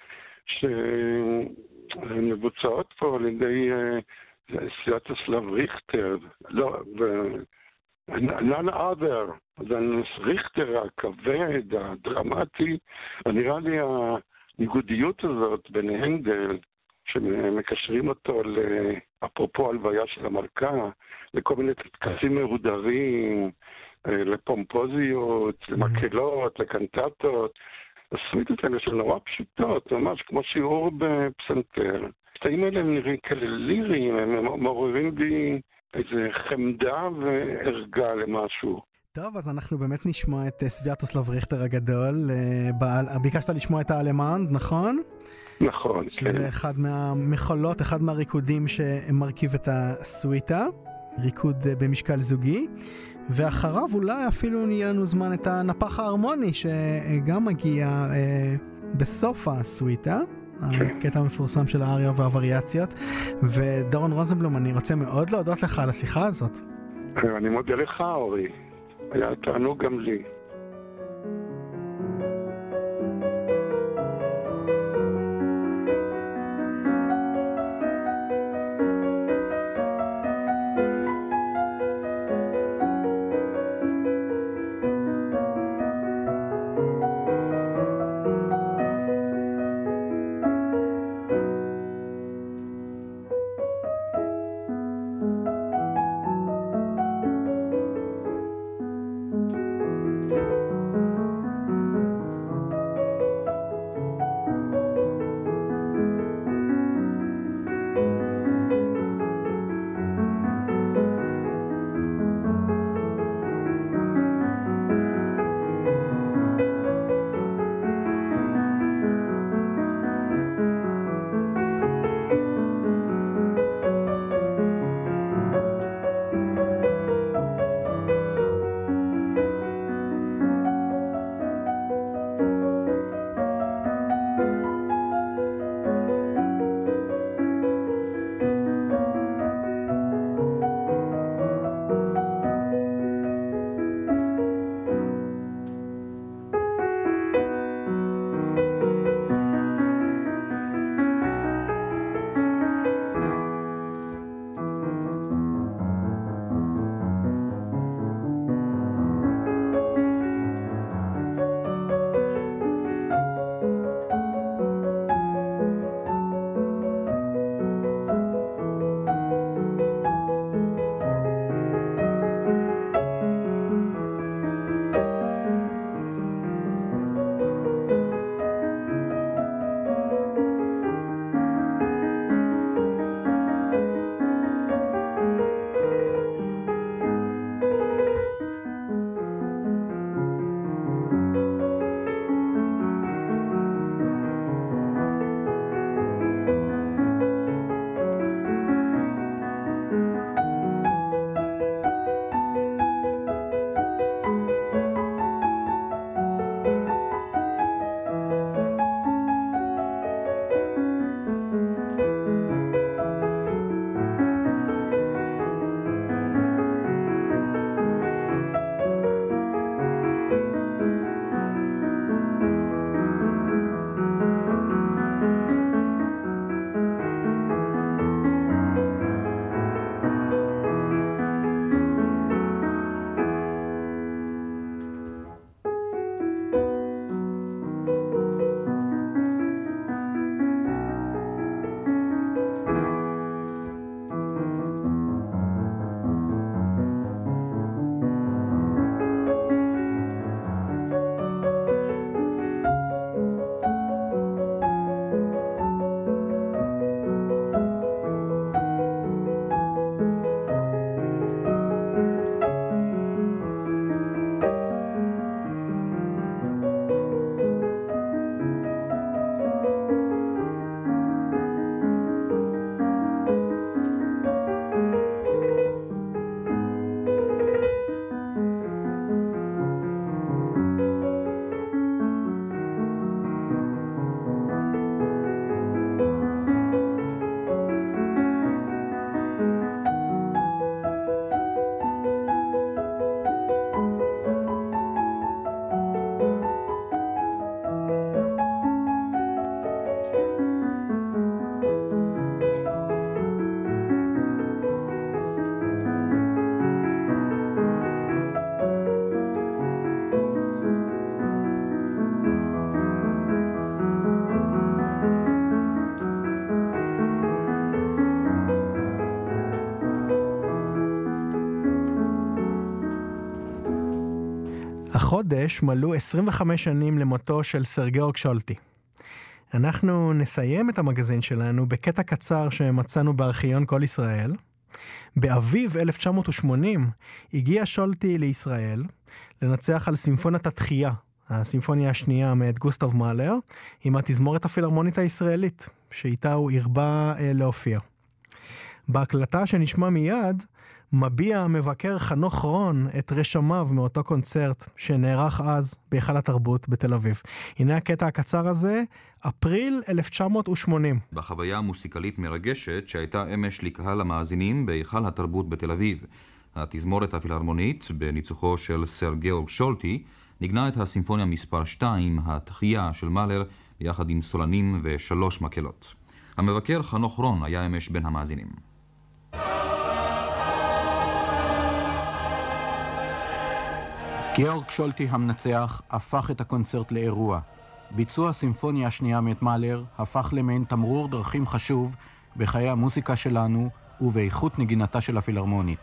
שמבוצעות פה על ידי סוויאטוסלב ריכטר, לא, none other, זה ריכטר הכבד, הדרמטי, נראה לי הניגודיות הזאת בין הנדל, שמקשרים אותו, אפרופו הלוויה של המלכה, לכל מיני טקסים מרודרים, לפומפוזיות, למקהלות, לקנטטות, הסוויטות האלה של נורא פשוטות, ממש כמו שיעור בפסנתר. הקטעים האלה הם נראים כאלה ליריים, הם מעוררים בי איזה חמדה והרגע למשהו. טוב, אז אנחנו באמת נשמע את סוויאטוסלב ריכטר הגדול. בעל... ביקשת לשמוע את האלמנד, נכון? נכון, שזה כן. שזה אחד מהמחולות, אחד מהריקודים שמרכיב את הסוויטה, ריקוד במשקל זוגי. ואחריו אולי אפילו נהיה לנו זמן את הנפח ההרמוני, שגם מגיע אה, בסוף הסוויטה. הקטע המפורסם של האריה והווריאציות. ודורון רוזנבלום, אני רוצה מאוד להודות לך על השיחה הזאת. אני מודה לך, אורי. היה תענוג גם לי. החודש מלאו עשרים וחמש שנים למותו של סר גיאורג שולטי. אנחנו נסיים את המגזין שלנו בקטע קצר שמצאנו בארכיון כל ישראל. באביב אלף תשע מאות ושמונים הגיע שולטי לישראל לנצח על סימפוניית התחייה, הסימפוניה השנייה מאת גוסטב מאלר, עם התזמורת הפילהרמונית הישראלית, שאיתה הוא הרבה אה, להופיע. בהקלטה שנשמע מיד, מביע המבקר חנוך רון את רשמיו מאותו קונצרט שנערך אז בהיכל התרבות בתל אביב. הנה הקטע הקצר הזה, אפריל אלף תשע מאות ושמונים. בחוויה מוסיקלית מרגשת שהייתה אמש לקהל המאזינים בהיכל התרבות בתל אביב. התזמורת הפילהרמונית, בניצוחו של סר גיאורג שולטי, נגנה את הסימפוניה מספר שתיים, התחייה של מאלר, ביחד עם סולנים ושלוש מקהלות. המבקר חנוך רון היה אמש בין המאזינים. גיאורג שולטי המנצח הפך את הקונצרט לאירוע. ביצוע הסימפוניה השנייה מאת מאלר הפך למעין תמרור דרכים חשוב בחיי המוסיקה שלנו ובאיכות נגינתה של הפילהרמונית.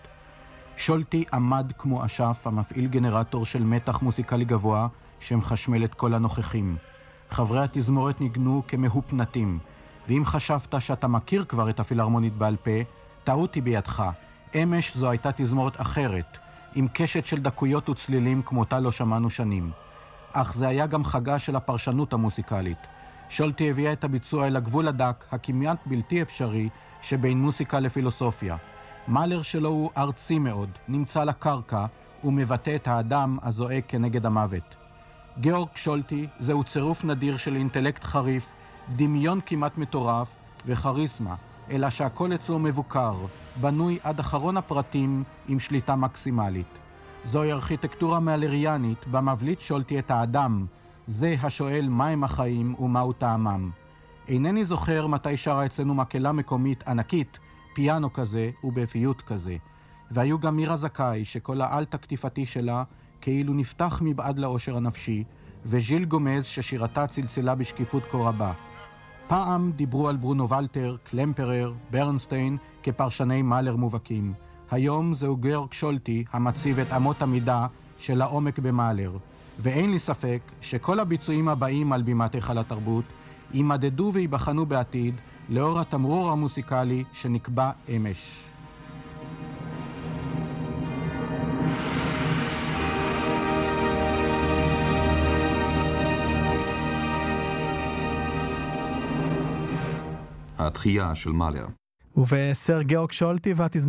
שולטי עמד כמו אשף המפעיל גנרטור של מתח מוסיקלי גבוה שמחשמל את כל הנוכחים. חברי התזמורת ניגנו כמהופנטים, ואם חשבת שאתה מכיר כבר את הפילהרמונית בעל פה, טעותי בידך. אמש זו הייתה תזמורת אחרת, עם קשת של דקויות וצלילים כמותה לא שמענו שנים. אך זה היה גם חגה של הפרשנות המוסיקלית. שולטי הביאה את הביצוע אל הגבול הדק, הכמעט בלתי אפשרי, שבין מוסיקה לפילוסופיה. מאלר שלו הוא ארצי מאוד, נמצא לקרקע, ומבטא את האדם הזועק כנגד המוות. גיאורג שולטי זהו צירוף נדיר של אינטלקט חריף, דמיון כמעט מטורף וחריסמה, אלא שהכל אצלו מבוקר, בנוי עד אחרון הפרטים עם שליטה מקסימלית. זוהי ארכיטקטורה מאלריאנית בה מבליט שולטי את האדם, זה השואל מהם החיים ומהו טעמם. אינני זוכר מתי שרה אצלנו מקהלה מקומית ענקית, פיאנו כזה ובאפיות כזה. והיו גם מירה זכאי שכל האלט הקטיפתי שלה כאילו נפתח מבעד לאושר הנפשי, וז'יל גומז ששירתה צלצלה בשקיפות כה רבה. פעם דיברו על ברונו ולטר, קלמפרר, ברנסטיין כפרשני מאלר מובהקים. היום זהו גיאורג שולטי המציב את אמות המידה של העומק במאלר. ואין לי ספק שכל הביצועים הבאים על בימת היכל התרבות יימדדו וייבחנו בעתיד לאור התמרור המוסיקלי שנקבע אמש. התחייה של מאלר. ובסר גיאורג שולטי והתזמורת